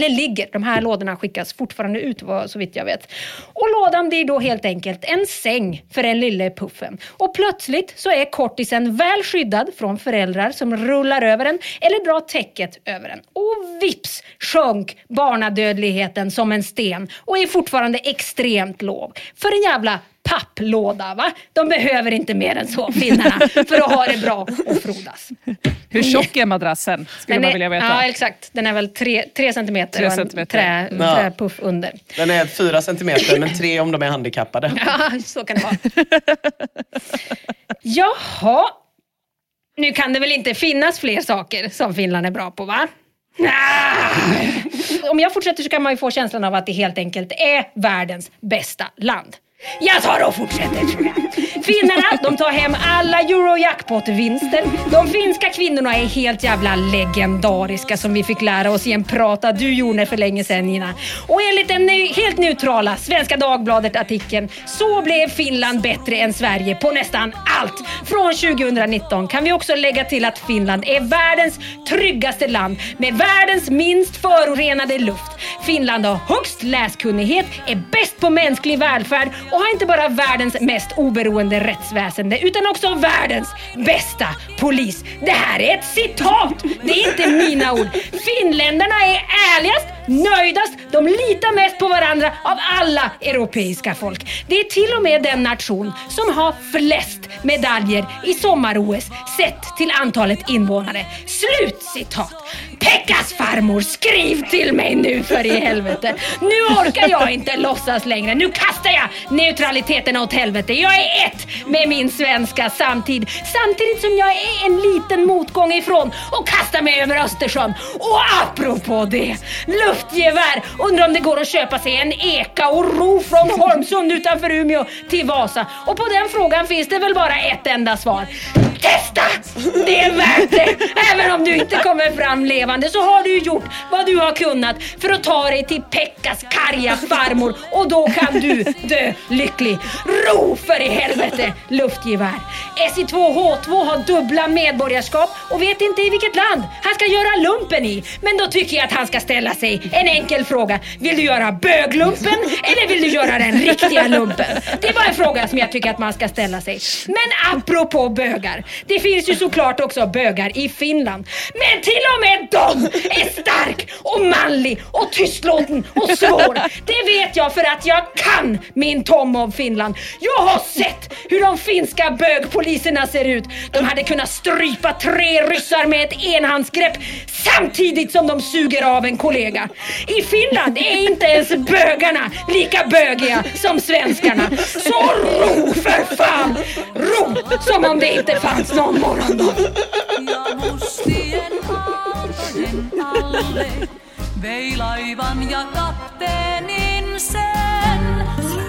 eller ligger. De här lådorna skickas fortfarande ut så vitt jag vet. Och lådan blir då helt enkelt en säng för den lille puffen. Och plötsligt så är kortisen väl skyddad från föräldrar som rullar över den eller drar täcket över den. Och vips sjönk barnadödligheten som en sten och är fortfarande extremt låg. För en jävla papplåda, va? De behöver inte mer än så, finnarna, för att ha det bra och frodas. Hur tjock är madrassen? Skulle den man är, vilja veta. Ja, exakt. Den är väl tre, tre centimeter tre och en centimeter. trä, Ja. träpuff under. Den är fyra centimeter, men tre om de är handikappade. Ja, så kan det vara. Jaha. Nu kan det väl inte finnas fler saker som Finland är bra på, va? Ah! Om jag fortsätter så kan man ju få känslan av att det helt enkelt är världens bästa land. Jag tar och fortsätter, tror jag. Finnarna, de tar hem alla Eurojackpot-vinster. De finska kvinnorna är helt jävla legendariska, som vi fick lära oss i en prata du gjorde för länge sedan, Nina. Och enligt den helt neutrala Svenska Dagbladet-artikeln så blev Finland bättre än Sverige på nästan allt. Från tjugonitton kan vi också lägga till att Finland är världens tryggaste land med världens minst förorenade luft. Finland har högst läskunnighet, är bäst på mänsklig välfärd och har inte bara världens mest oberoende rättsväsende utan också världens bästa polis. Det här är ett citat, det är inte mina ord. Finländarna är ärligast, nöjdast, de litar mest på varandra av alla europeiska folk. Det är till och med den nation som har flest medaljer i sommar-O S sett till antalet invånare. Slut citat. Pekkas farmor, skriv till mig nu för i helvete. Nu orkar jag inte låtsas längre. Nu kastar jag neutraliteten åt helvete. Jag är ett med min svenska samtid. Samtidigt som jag är en liten motgång ifrån och kastar mig över Östersjön. Och apropå det, luftgevär. Undrar om det går att köpa sig en eka och ro från Holmsund utanför Umeå till Vasa. Och på den frågan finns det väl bara ett enda svar. Testa! Det är värt det. Även om du inte kommer fram levande så har du gjort vad du har kunnat för att ta dig till Pekkas karga farmor. Och då kan du dö lycklig. Ro för i helvete, luftgevär. S I två H två har dubbla medborgarskap och vet inte i vilket land han ska göra lumpen i. Men då tycker jag att han ska ställa sig en enkel fråga. Vill du göra böglumpen eller vill du göra den riktiga lumpen? Det är bara en fråga som jag tycker att man ska ställa sig. Men apropå bögar, det finns ju såklart också bögar i Finland. Men till och med de är stark och manlig och tystlåten och svår. Det vet jag för att jag kan min Tom av Finland. Jag har sett hur de finska bögpoliserna ser ut. De hade kunnat strypa tre ryssar med ett enhandsgrepp samtidigt som de suger av en kollega. I Finland är inte ens bögarna lika bögiga som svenskarna. Så ro för fan! Ro som om det inte fanns någon morgondag. Ja mustien aaltojen alle vei laivan ja kapteenin sen.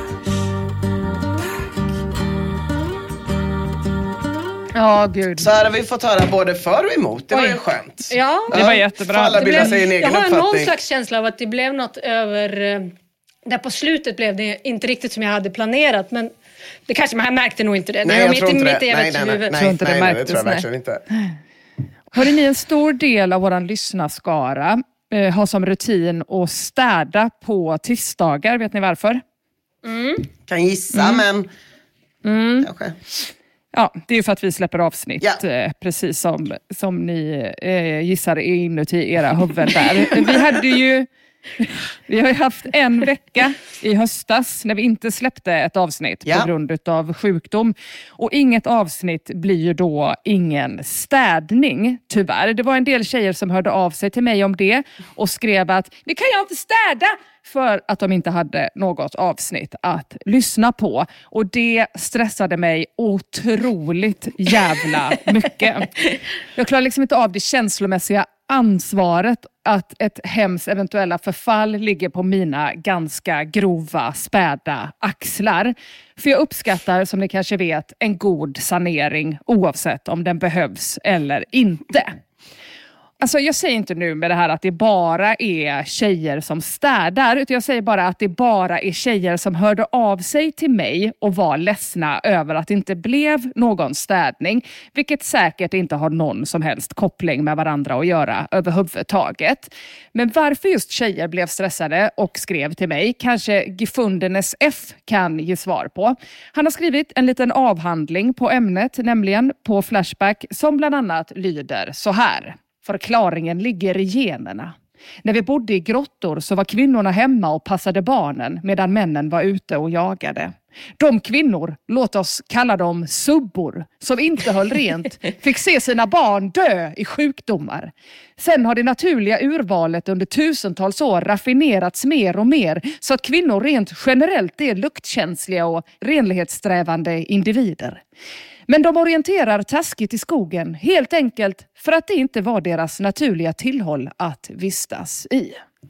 Ja, gud. Så här har vi fått höra både för och emot. Det var Oj. ju skönt. Ja, Det var jättebra. Får alla det bilda blev, sig en jag egen har någon uppfattning. slags känsla av att det blev något över... eh, Där på slutet blev det inte riktigt som jag hade planerat, men det kanske man märkte nog inte det. Nej, Det var jag mitt tror i inte mitt det. eget Nej, nej, nej. huvud. Nej, tror inte det nej, nej, det märktes, tror jag nej. verkligen inte. Hörde ni, en stor del av våran lyssnarskara eh, har som rutin att städa på tisdagar. Vet ni varför? Kan gissa, men kanske. Ja, det är ju för att vi släpper avsnitt, Ja. eh, precis som, som ni eh, gissar inuti era huvuden där. Vi hade ju vi har ju haft en vecka i höstas när vi inte släppte ett avsnitt Ja. på grund av sjukdom. Och inget avsnitt blir ju då ingen städning, tyvärr. Det var en del tjejer som hörde av sig till mig om det och skrev att nu kan jag inte städa för att de inte hade något avsnitt att lyssna på. Och det stressade mig otroligt jävla mycket. Jag klarar liksom inte av det känslomässiga ansvaret att ett hems eventuella förfall ligger på mina ganska grova, späda axlar. För jag uppskattar, som ni kanske vet, en god sanering oavsett om den behövs eller inte. Alltså jag säger inte nu med det här att det bara är tjejer som städar, utan jag säger bara att det bara är tjejer som hörde av sig till mig och var ledsna över att det inte blev någon städning, vilket säkert inte har någon som helst koppling med varandra att göra överhuvudtaget. Men varför just tjejer blev stressade och skrev till mig, kanske Gefundenes F kan ge svar på. Han har skrivit en liten avhandling på ämnet, nämligen på Flashback, som bland annat lyder så här. Förklaringen ligger i generna. När vi bodde i grottor så var kvinnorna hemma och passade barnen medan männen var ute och jagade. De kvinnor, låt oss kalla dem subbor, som inte höll rent, fick se sina barn dö i sjukdomar. Sen har det naturliga urvalet under tusentals år raffinerats mer och mer så att kvinnor rent generellt är luktkänsliga och renlighetssträvande individer. Men de orienterar taskigt i skogen, helt enkelt för att det inte var deras naturliga tillhåll att vistas i.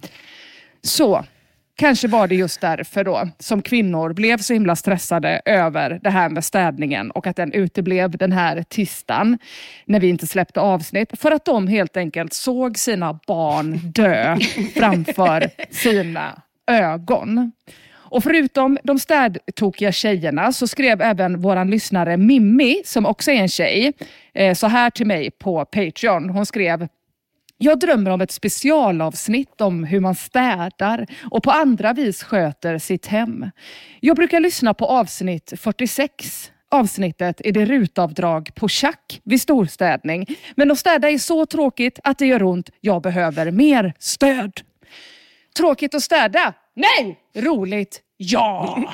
Så, kanske var det just därför då som kvinnor blev så himla stressade över det här med städningen och att den uteblev den här tisdagen när vi inte släppte avsnitt. För att de helt enkelt såg sina barn dö framför sina ögon. Och förutom de städtokiga tjejerna så skrev även våran lyssnare Mimmi, som också är en tjej, så här till mig på Patreon. Hon skrev: jag drömmer om ett specialavsnitt om hur man städar och på andra vis sköter sitt hem. Jag brukar lyssna på avsnitt fyrtiosex. Avsnittet är det rutavdrag på tjack vid storstädning. Men att städa är så tråkigt att det gör ont. Jag behöver mer stöd. Tråkigt att städa? Nej! Roligt? Ja!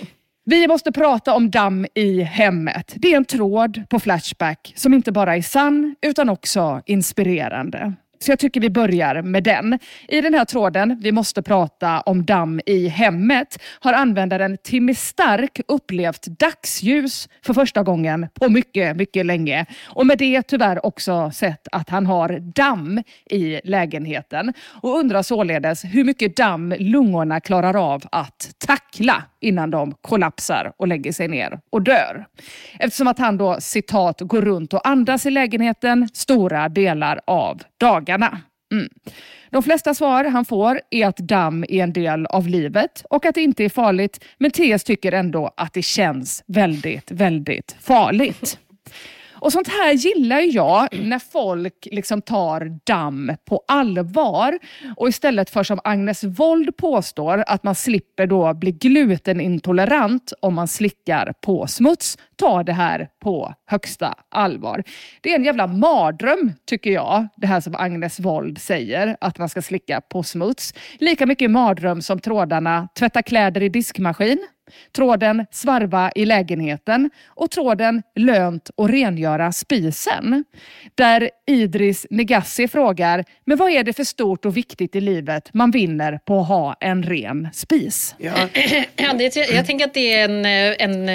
Vi måste prata om damm i hemmet. Det är en tråd på Flashback som inte bara är sann utan också inspirerande. Så jag tycker vi börjar med den. I den här tråden, vi måste prata om damm i hemmet, har användaren Timmy Stark upplevt dagsljus för första gången på mycket, mycket länge. Och med det tyvärr också sett att han har damm i lägenheten. Och undrar således hur mycket damm lungorna klarar av att tackla innan de kollapsar och lägger sig ner och dör. Eftersom att han då, citat, går runt och andas i lägenheten stora delar av dagarna. Mm. De flesta svar han får är att damm är en del av livet och att det inte är farligt, men T S tycker ändå att det känns väldigt, väldigt farligt. Och sånt här gillar jag när folk liksom tar damm på allvar och istället för som Agnes Wold påstår att man slipper då bli glutenintolerant om man slickar på smuts, tar det här på högsta allvar. Det är en jävla mardröm tycker jag, det här som Agnes Wold säger, att man ska slicka på smuts. Lika mycket mardröm som trådarna tvätta kläder i diskmaskin, tråden svarva i lägenheten och tråden lönt och rengöra spisen. Där Idris Negassi frågar, men vad är det för stort och viktigt i livet man vinner på att ha en ren spis? Ja. Ja, det, jag tänker att det är en, en,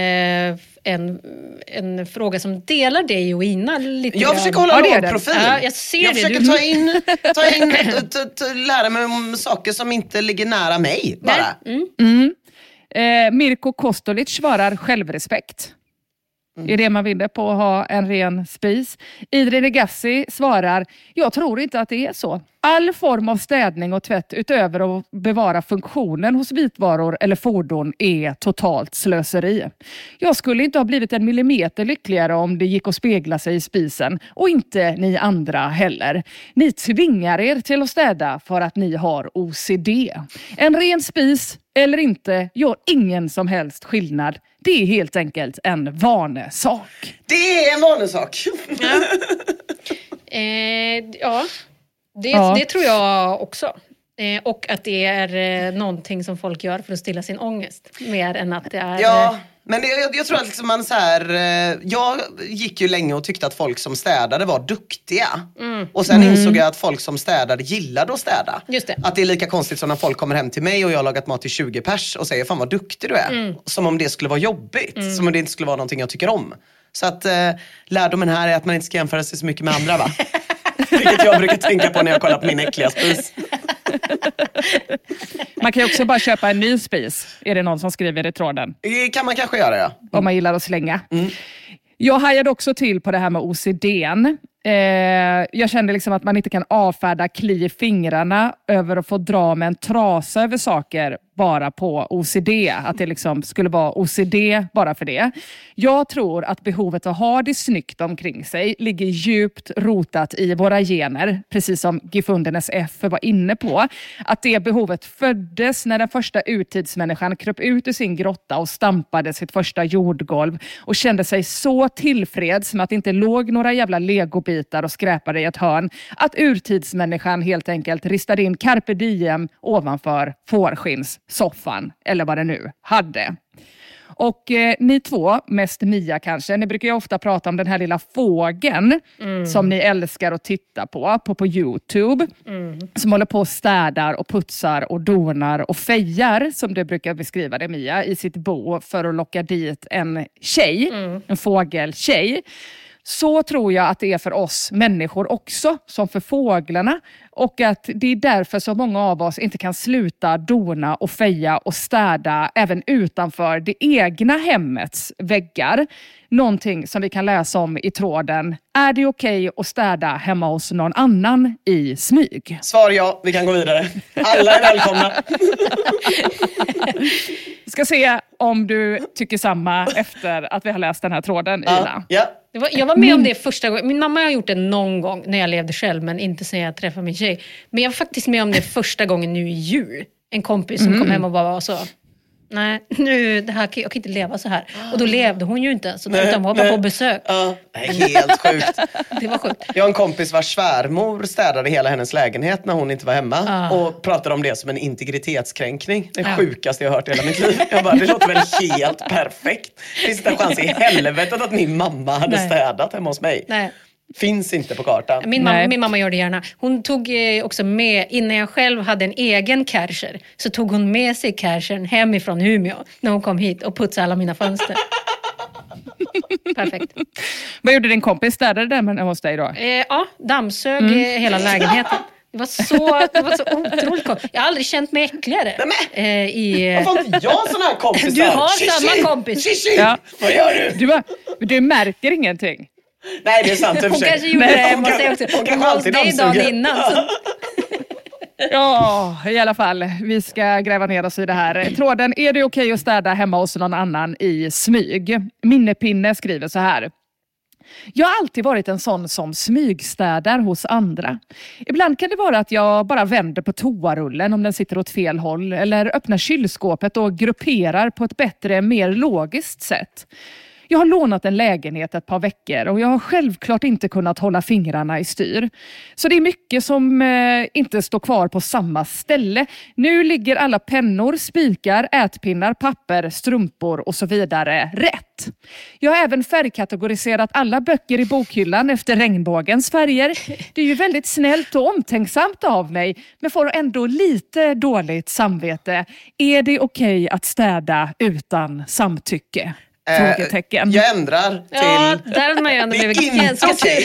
en, en fråga som delar dig och Ina lite. Jag grann. försöker hålla Ja, det är låg det. profil. Ja, jag ser jag det. försöker Du- ta in, ta in t- t- lära mig om saker som inte ligger nära mig bara. Mm. Mm. Eh, Mirko Kostolic svarar självrespekt. Mm. Är det man vinner på att ha en ren spis. Idri Negassi svarar, jag tror inte att det är så. All form av städning och tvätt utöver att bevara funktionen hos vitvaror eller fordon är totalt slöseri. Jag skulle inte ha blivit en millimeter lyckligare om det gick att spegla sig i spisen och inte ni andra heller. Ni tvingar er till att städa för att ni har O C D. En ren spis eller inte gör ingen som helst skillnad. Det är helt enkelt en vanesak. Det är en vanesak. Ja. Eh, ja. Det, Ja. det tror jag också. Eh, och att det är eh, någonting som folk gör för att stilla sin ångest. Mer än att det är... Ja, men det, jag, jag tror att liksom man så här, eh, jag gick ju länge och tyckte att folk som städade var duktiga. Mm. Och sen insåg jag att folk som städade gillade att städa. Just det. Att det är lika konstigt som när folk kommer hem till mig och jag har lagat mat till tjugo pers och säger fan vad duktig du är. Mm. Som om det skulle vara jobbigt. Som om det inte skulle vara någonting jag tycker om. Så att eh, lärdomen här är att man inte ska jämföra sig så mycket med andra, va? Vilket jag brukar tänka på när jag kollar på min äckliga spis. Man kan ju också bara köpa en ny spis. Är det någon som skriver i tråden? Det kan man kanske göra, ja. Om man gillar att slänga. Mm. Jag hajade också till på det här med O C D:n. Eh, jag kände liksom att man inte kan avfärda kli i fingrarna över att få dra med en trasa över saker bara på O C D. Att det liksom skulle vara O C D bara för det. Jag tror att behovet att ha det snyggt omkring sig ligger djupt rotat i våra gener. Precis som Gefundenes F var inne på. Att det behovet föddes när den första urtidsmänniskan kröp ut ur sin grotta och stampade sitt första jordgolv. Och kände sig så tillfreds med att det inte låg några jävla legobitar och skräpade i ett hörn. Att urtidsmänniskan helt enkelt ristade in carpe diem ovanför fårskins soffan eller vad det nu hade. Och eh, ni två, mest Mia kanske, ni brukar ju ofta prata om den här lilla fågeln mm. som ni älskar att titta på på, på YouTube. Mm. Som håller på och städar och putsar och donar och fejar, som du brukar beskriva det, Mia, i sitt bo för att locka dit en tjej, mm. en fågeltjej. Så tror jag att det är för oss människor också, som för fåglarna. Och att det är därför så många av oss inte kan sluta dona och feja och städa även utanför det egna hemmets väggar. Någonting som vi kan läsa om i tråden. Är det okej att städa hemma hos någon annan i smyg? Svar ja, vi kan gå vidare. Alla är välkomna. Ska se om du tycker samma efter att vi har läst den här tråden, ja, Ina. Ja. Det var, jag var med om det första gången. Min mamma har gjort det någon gång när jag levde själv, men inte sen jag träffade min tjej. Men jag var faktiskt med om det första gången nu i jul. En kompis som mm. kom hem och bara var så... Nej, nu, det här, jag kan inte leva så här. Och då levde hon ju inte, så nej, utan var bara på besök. Ja, det är helt sjukt. Det var sjukt. Jag har en kompis vars svärmor städade hela hennes lägenhet när hon inte var hemma. Ah. Och pratade om det som en integritetskränkning. Det ah. sjukaste jag har hört i hela mitt liv. Jag bara, det låter väl helt perfekt. Finns det en chans i helvetet att min mamma hade nej. städat hemma hos mig? Nej. Finns inte på kartan. Min mamma, min mamma gör det gärna. Hon tog eh, också med, innan jag själv hade en egen Kärcher, så tog hon med sig Kärchern hemifrån Umeå när hon kom hit och putsade alla mina fönster. Perfekt. Vad gjorde din kompis? Städade den men hos dig då? Eh, ja, dammsög mm. hela lägenheten. Det var så, det var så otroligt konstigt. Jag har aldrig känt mig äckligare. Nej, eh, i, Varför har inte jag sån här kompis? Du har Shishi. samma kompis. Shishi. Ja. Vad gör du? Du, bara, du märker ingenting. Nej, det är sant. Hon kanske gjorde det hemma hos sig också. Hon kanske alltid dagen dammsuger. innan. Så. Ja, i alla fall. Vi ska gräva ner oss i det här. Tråden, är det okej att städa hemma hos någon annan i smyg? Minnepinne skriver så här. Jag har alltid varit en sån som smygstädar hos andra. Ibland kan det vara att jag bara vänder på toarullen om den sitter åt fel håll. Eller öppnar kylskåpet och grupperar på ett bättre, mer logiskt sätt. Jag har lånat en lägenhet ett par veckor och jag har självklart inte kunnat hålla fingrarna i styr. Så det är mycket som eh, inte står kvar på samma ställe. Nu ligger alla pennor, spikar, ätpinnar, papper, strumpor och så vidare rätt. Jag har även färgkategoriserat alla böcker i bokhyllan efter regnbågens färger. Det är ju väldigt snällt och omtänksamt av mig, men får ändå lite dåligt samvete. Är det okej att städa utan samtycke? Frågetecken. Jag ändrar till... Ja, där hade man ju ändå blivit inte okej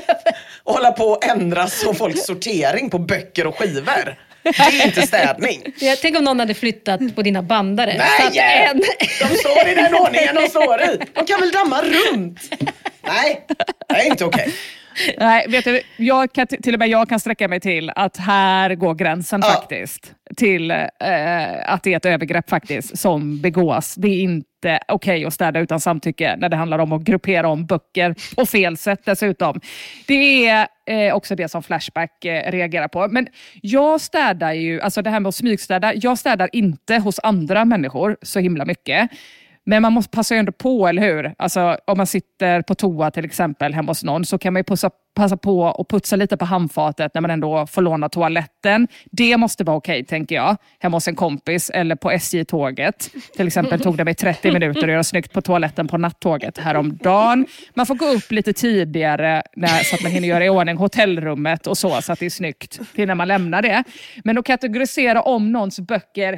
att hålla på och ändra så folks sortering på böcker och skivor. Det är inte städning. Jag tänk om någon hade flyttat på dina bandare. Nej, en... de står i den ordningen de står i. De kan väl damma runt. Nej, det är inte okej. Nej, vet du, jag kan, till och med jag kan sträcka mig till att här går gränsen ja. faktiskt. Till eh, att det är ett övergrepp faktiskt som begås. Det är inte okej okay att städa utan samtycke när det handlar om att gruppera om böcker och fel sätt dessutom. Det är eh, också det som Flashback eh, reagerar på. Men jag städar ju, alltså det här med att smygstäda, jag städar inte hos andra människor så himla mycket. Men man måste passa ju ändå på, eller hur? Alltså om man sitter på toa till exempel hemma hos någon så kan man ju passa, passa på och putsa lite på handfatet när man ändå får låna toaletten. Det måste vara okej, tänker jag. Hemma hos en kompis eller på S J-tåget. Till exempel tog det mig trettio minuter att göra snyggt på toaletten på nattåget häromdagen. Man får gå upp lite tidigare när, så att man hinner göra i ordning hotellrummet och så, så att det är snyggt till när man lämnar det. Men att kategorisera om någons böcker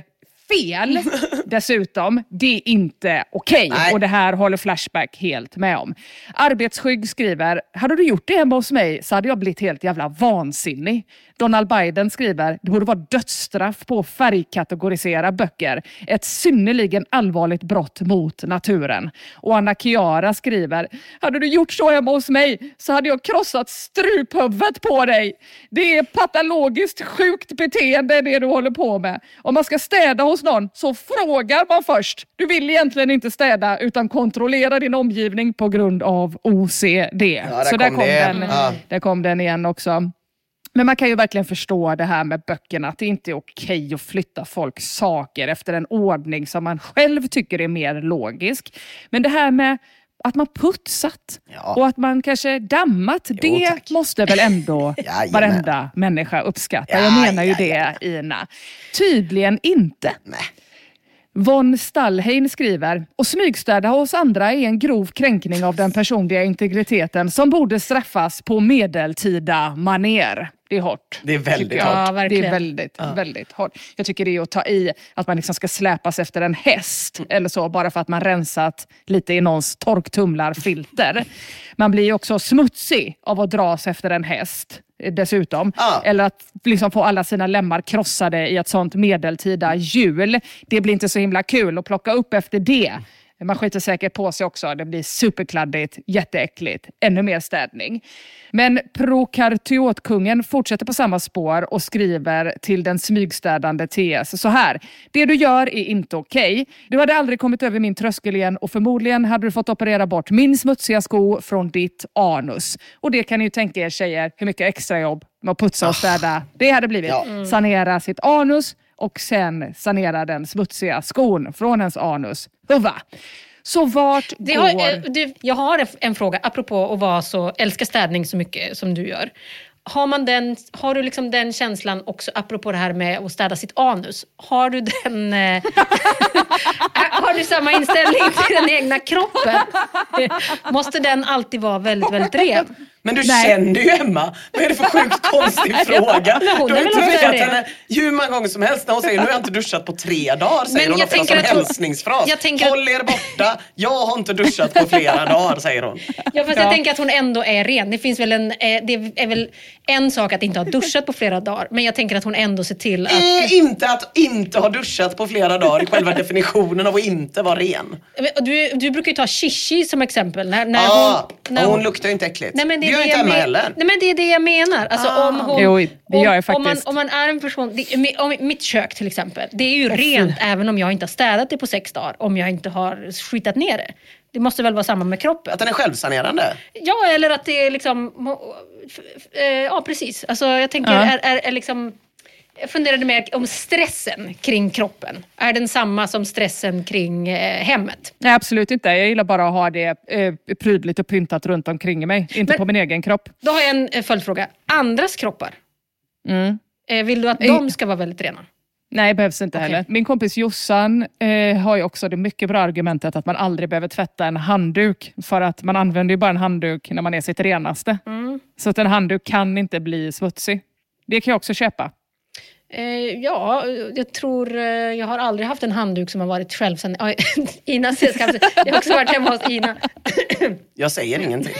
fel dessutom. Det är inte okej. Nej. Och det här håller Flashback helt med om. Arbetsskygg skriver, hade du gjort det hemma hos mig så hade jag blivit helt jävla vansinnig. Donald Biden skriver, det borde vara dödsstraff på att färgkategorisera böcker. Ett synnerligen allvarligt brott mot naturen. Och Anna Chiara skriver, hade du gjort så hemma hos mig så hade jag krossat struphuvudet på dig. Det är patologiskt sjukt beteende det du håller på med. Om man ska städa hos någon så frågar man först. Du vill egentligen inte städa utan kontrollera din omgivning på grund av O C D. Ja, där så kom där kom, det. den, Ja. där kom den igen också. Men man kan ju verkligen förstå det här med böckerna. Att det inte är okej att flytta folks saker efter en ordning som man själv tycker är mer logisk. Men det här med att man putsat Ja. och att man kanske dammat, Jo, det tack. måste väl ändå Jajamän. varenda människa uppskatta. Ja, Jag menar ju ja, det, Ina. Tydligen inte. Nej. Von Stallheim skriver, och smygstäda hos andra är en grov kränkning av den personliga integriteten som borde straffas på medeltida maner. Det är hårt. Det är väldigt tycker jag. hårt. Ja, Det verkligen. är väldigt, väldigt hårt. Jag tycker det är att ta i att man liksom ska släpas efter en häst eller så, bara för att man rensat lite i någons torktumlarfilter. Man blir ju också smutsig av att dras efter en häst dessutom. Ja. Eller att liksom få alla sina lemmar krossade i ett sånt medeltida hjul. Det blir inte så himla kul att plocka upp efter det. Man skiter säkert på sig också. Det blir superkladdigt, jätteäckligt. Ännu mer städning. Men prokaryotkungen fortsätter på samma spår och skriver till den smygstädande T S så här. Det du gör är inte okej. Du hade aldrig kommit över min tröskel igen och förmodligen hade du fått operera bort min smutsiga sko från ditt anus. Och det kan ni ju tänka er, tjejer, hur mycket extra jobb med att putsa och städa det hade blivit. Ja. Mm. Sanera sitt anus och sen sanera den smutsiga skon från ens anus. Huva. Så vart Det går... har, eh, du, jag har en fråga apropå att vara så, älska städning så mycket som du gör. Har, man den, har du liksom den känslan också apropå det här med att städa sitt anus? Har du den... Eh, har du samma inställning till den egna kroppen? Måste den alltid vara väldigt, väldigt ren? Men du Nej. känner ju Emma. Vad är det för sjukt konstig fråga? Men hon Du har är inte väl träffat det. henne hur många gånger som helst när hon säger nu har jag inte duschat på tre dagar. Säger Men hon jag ofta tänker som att hon- hälsningsfras. jag tänker att- Håll er borta. Jag har inte duschat på flera dagar, säger hon. Ja, fast Ja. jag tänker att hon ändå är ren. Det finns väl en, eh, det är väl en sak att inte ha duschat på flera dagar. Men jag tänker att hon ändå ser till att... Det är inte att inte ha duschat på flera dagar i själva definitionen av att inte vara ren. Du, du brukar ju ta Shishi som exempel. När, när Ja, hon, när och hon luktar ju inte äckligt. Nej, men det, det är gör det inte jag Emma men- heller. Nej, men det är det jag menar. Alltså, om hon, Jo, det gör jag om, om, man, faktiskt. om man är en person... Det, om mitt kök till exempel. Det är ju rent även om jag inte har städat det på sex dagar. Om jag inte har skitat ner det. Det måste väl vara samma med kroppen. Att den är självsanerande. Ja, eller att det är liksom... f- f- eh, Ja, precis. Alltså, jag tänker, Ja. är, är, är liksom... Jag funderade mer om stressen kring kroppen. Är den samma som stressen kring eh, hemmet? Nej, absolut inte. Jag gillar bara att ha det eh, prydligt och pyntat runt omkring mig. Inte Men- på min egen kropp. Då har jag en eh, följdfråga. Andras kroppar? Mm. Eh, vill du att Eh. de ska vara väldigt rena? Nej, behövs inte Okej. heller. Min kompis Jossan eh, har ju också det mycket bra argumentet att man aldrig behöver tvätta en handduk. För att man använder ju bara en handduk när man är sitt renaste. Mm. Så att en handduk kan inte bli smutsig. Det kan jag också köpa. Eh, ja, jag tror... Eh, jag har aldrig haft en handduk som har varit självsanerande. Ina ser kanske... Jag har också varit hemma hos Ina. Jag säger ingenting.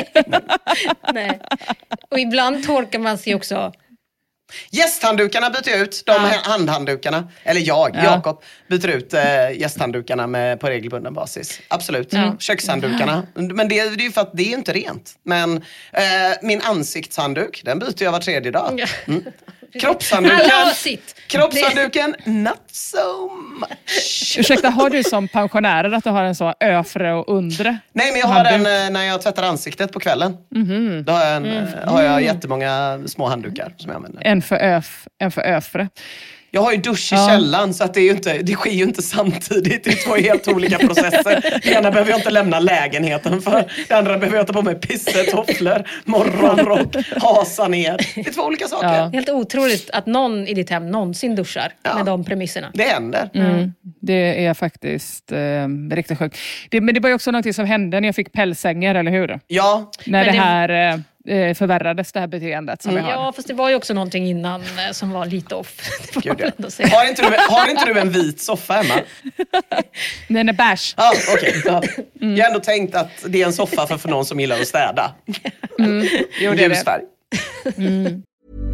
Nej. Och ibland torkar man sig också... Gästhanddukarna byter jag ut. De Ja. här handhanddukarna. Eller jag, Ja. Jakob, byter ut äh, gästhanddukarna med, på regelbunden basis. Absolut. Ja. Kökshanddukarna. Men det, det är ju för att det är ju inte rent. Men äh, min ansiktshandduk, den byter jag var tredje dag. Mm. Kroppshandduken, Alla har sitt. kroppshandduken, not so much. Ursäkta, har du som pensionärer att du har en så övre och undre? Nej, men jag har handduk? den eh, när jag tvättar ansiktet på kvällen. Mhm. Då har jag, en, eh, har jag jättemånga små handdukar som jag använder. En för, öf, en för övre. Jag har ju dusch i Ja. källan så att det, är ju inte, det sker ju inte samtidigt. Det är två helt olika processer. Det ena behöver jag inte lämna lägenheten för. Det andra behöver jag ta på mig pissetofflor, morgonrock, hasa ner. Det är två olika saker. Ja. Helt otroligt att någon i ditt hem någonsin duschar Ja. med de premisserna. Det händer. Mm. Det är faktiskt eh, riktigt sjukt. Det, men det var ju också något som hände när jag fick pälsänger, eller hur? Ja, När Men det det- här... Eh, eh, förvärrades det här beteendet som Mm. vi har. Ja, fast det var ju också någonting innan eh, som var lite off. Det får Gud, man ja. ändå säga. Har inte du, har inte du en vit soffa, Emma? Den är bärs. Ja, okej. Ja. Jag har ändå tänkt att det är en soffa för, för någon som gillar att städa. Mm. Jo, det är det. Ljusfärg. Mm.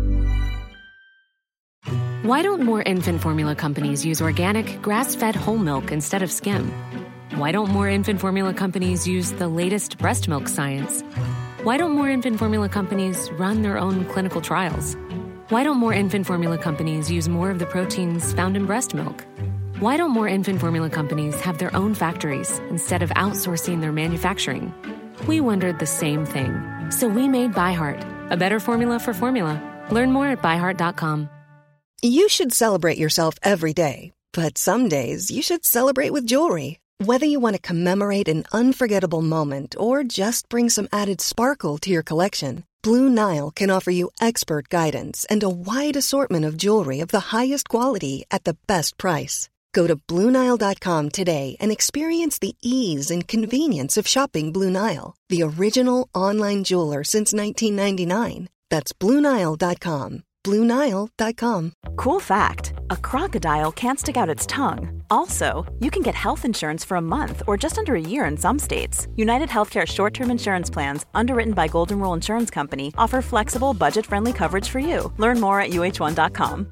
Why don't more infant formula companies use organic, grass-fed whole milk instead of skim? Why don't more infant formula companies use the latest breast milk science? Why don't more infant formula companies run their own clinical trials? Why don't more infant formula companies use more of the proteins found in breast milk? Why don't more infant formula companies have their own factories instead of outsourcing their manufacturing? We wondered the same thing. So we made ByHeart, a better formula for formula. Learn more at by heart dot com. You should celebrate yourself every day, but some days you should celebrate with jewelry. Whether you want to commemorate an unforgettable moment or just bring some added sparkle to your collection, Blue Nile can offer you expert guidance and a wide assortment of jewelry of the highest quality at the best price. Go to blue nile dot com today and experience the ease and convenience of shopping Blue Nile, the original online jeweler since nineteen ninety-nine. That's blue nile dot com. blue nile dot com. Cool fact, a crocodile can't stick out its tongue. Also, you can get health insurance for a month or just under a year in some states. United Healthcare short-term insurance plans, underwritten by Golden Rule Insurance Company, offer flexible, budget-friendly coverage for you. Learn more at u h one dot com.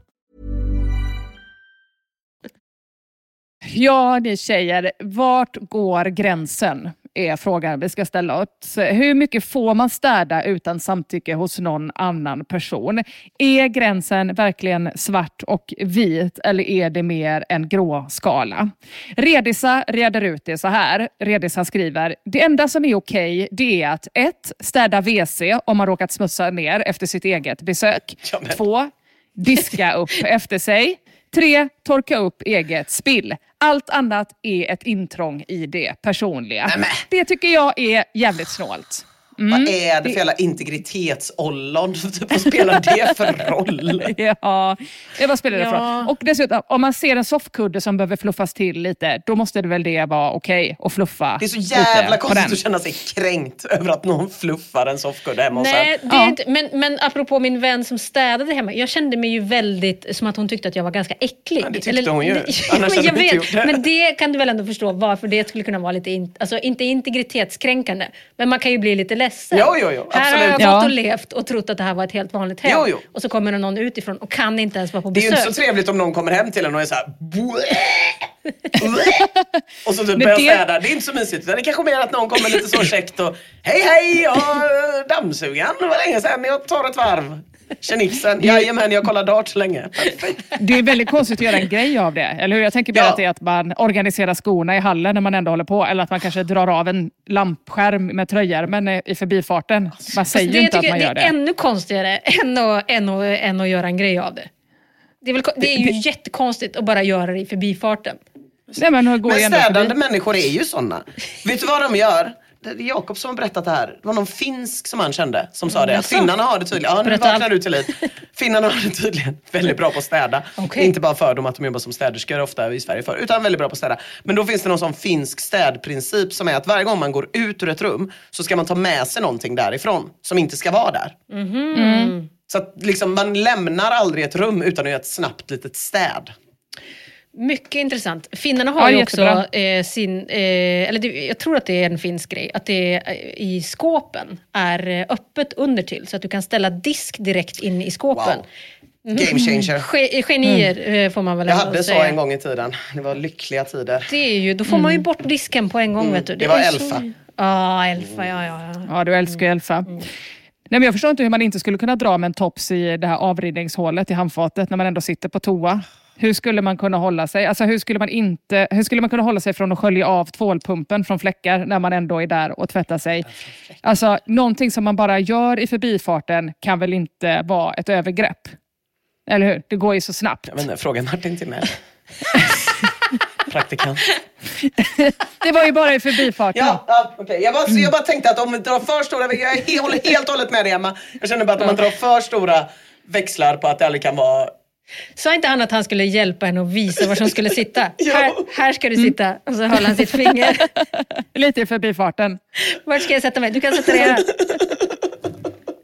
Ja, ni tjejer, vart går gränsen? Är frågan vi ska ställa oss. Hur mycket får man städa utan samtycke hos någon annan person? Är gränsen verkligen svart och vit eller är det mer en grå skala? Redisa reder ut det så här. Redisa skriver, det enda som är okej det är att ett, städa W C om man råkat smutsa ner efter sitt eget besök. Ja, men... Två, diska upp efter sig. Tre, torka upp eget spill. Allt annat är ett intrång i det personliga. Nämen. Det tycker jag är jävligt snålt. Mm. Vad är det för jävla integritetsollon? Typ, vad spelar det för roll? Ja, det vad spelar det Ja. för roll? Och dessutom, om man ser en soffkudde som behöver fluffas till lite, då måste det väl det vara okej att fluffa. Det är så jävla lite på konstigt den. att känna sig kränkt över att någon fluffar en soffkudde hemma hos Nej, en. det är Ja. inte, men, men apropå min vän som städade hemma. Jag kände mig ju väldigt som att hon tyckte att jag var ganska äcklig. Ja, det tyckte hon ju. Nej, Annars men hade jag hon inte vet, gjort det. men det kan du väl ändå förstå varför det skulle kunna vara lite, in, alltså inte integritetskränkande. Men man kan ju bli lite ledsen. Jo, jo, jo, Här har jag absolut. gått Ja. och levt och trott att det här var ett helt vanligt hem. Jo, jo. Och så kommer det någon utifrån och kan inte ens vara på Det är ju besök. inte så trevligt om någon kommer hem till en och är så här. Och så typ Men börjar det- städa. Det är inte så mysigt. Utan det kanske mer att någon kommer lite så käckt och hej hej, jag har dammsugan. Det var länge sedan, jag tar ett varv. Tjenixen, jajamän, jag kollar dart så länge. Perfekt. Det är väldigt konstigt att göra en grej av det. Eller hur? Jag tänker mer Ja. att det är att man organiserar skorna i hallen när man ändå håller på. Eller att man kanske drar av en lampskärm med tröjärmen i förbifarten. Man säger det ju inte att tycker man jag- gör det det. är ännu konstigare än att, än, att, än att göra en grej av det. Det är, väl, det är ju jättekonstigt att bara göra det i förbifarten. Nej, men hur går Men ju ändå städande förbi? människor är ju såna. Vet du vad de gör? Det är Jakob som har berättat det här. Det var någon finsk som han kände som sa det. Att Jaså? finnarna har det tydligen. Ja, nu Berätta vaknar allt. du till liv. Finnarna har det tydligen väldigt bra på att städa. Okej. Inte bara för dem att de jobbar som städerskor ofta i Sverige för, utan väldigt bra på att städa. Men då finns det någon sån finsk städprincip som är att varje gång man går ut ur ett rum så ska man ta med sig någonting därifrån som inte ska vara där. Mm. Så att liksom, man lämnar aldrig ett rum utan att göra ett snabbt litet städ. Mycket intressant. Finnarna har Ja, ju jättebra. också eh, sin, eh, eller det, jag tror att det är en finsk grej, att det eh, i skåpen är eh, öppet under till så att du kan ställa disk direkt in i skåpen. Wow. Game changer. Ge- Genier eh, får man väl Jag ändå hade så säga. en gång i tiden. Det var lyckliga tider. Det är ju, då får man ju bort disken på en gång, vet du. Det var är Elfa. Så... Ja, Elfa, ja, ja, ja. Ja, du älskar ju Elfa. Nej, men jag förstår inte hur man inte skulle kunna dra med en tops i det här avrinningshålet i handfatet när man ändå sitter på toa. Hur skulle man kunna hålla sig? Alltså hur skulle man inte, hur skulle man kunna hålla sig från att skölja av tvålpumpen från fläckar när man ändå är där och tvättar sig? Alltså någonting som man bara gör i förbifarten kan väl inte vara ett övergrepp? Eller hur? Det går ju så snabbt. Jag vet inte, fråga Martin till mig. Praktikant. Det var ju bara i förbifarten. Ja, ja okej. Jag, bara, jag bara tänkte att om man drar för stora... Jag är- håller helt och hållet med dig, Emma. Jag känner bara att om man drar för stora växlar på att det aldrig kan vara... Sa inte han att han skulle hjälpa henne och visa var som skulle sitta? Jo. Här, här ska du sitta. Och så håller han sitt finger. Lite i förbifarten. Vart ska jag sätta mig? Du kan sätta dig här.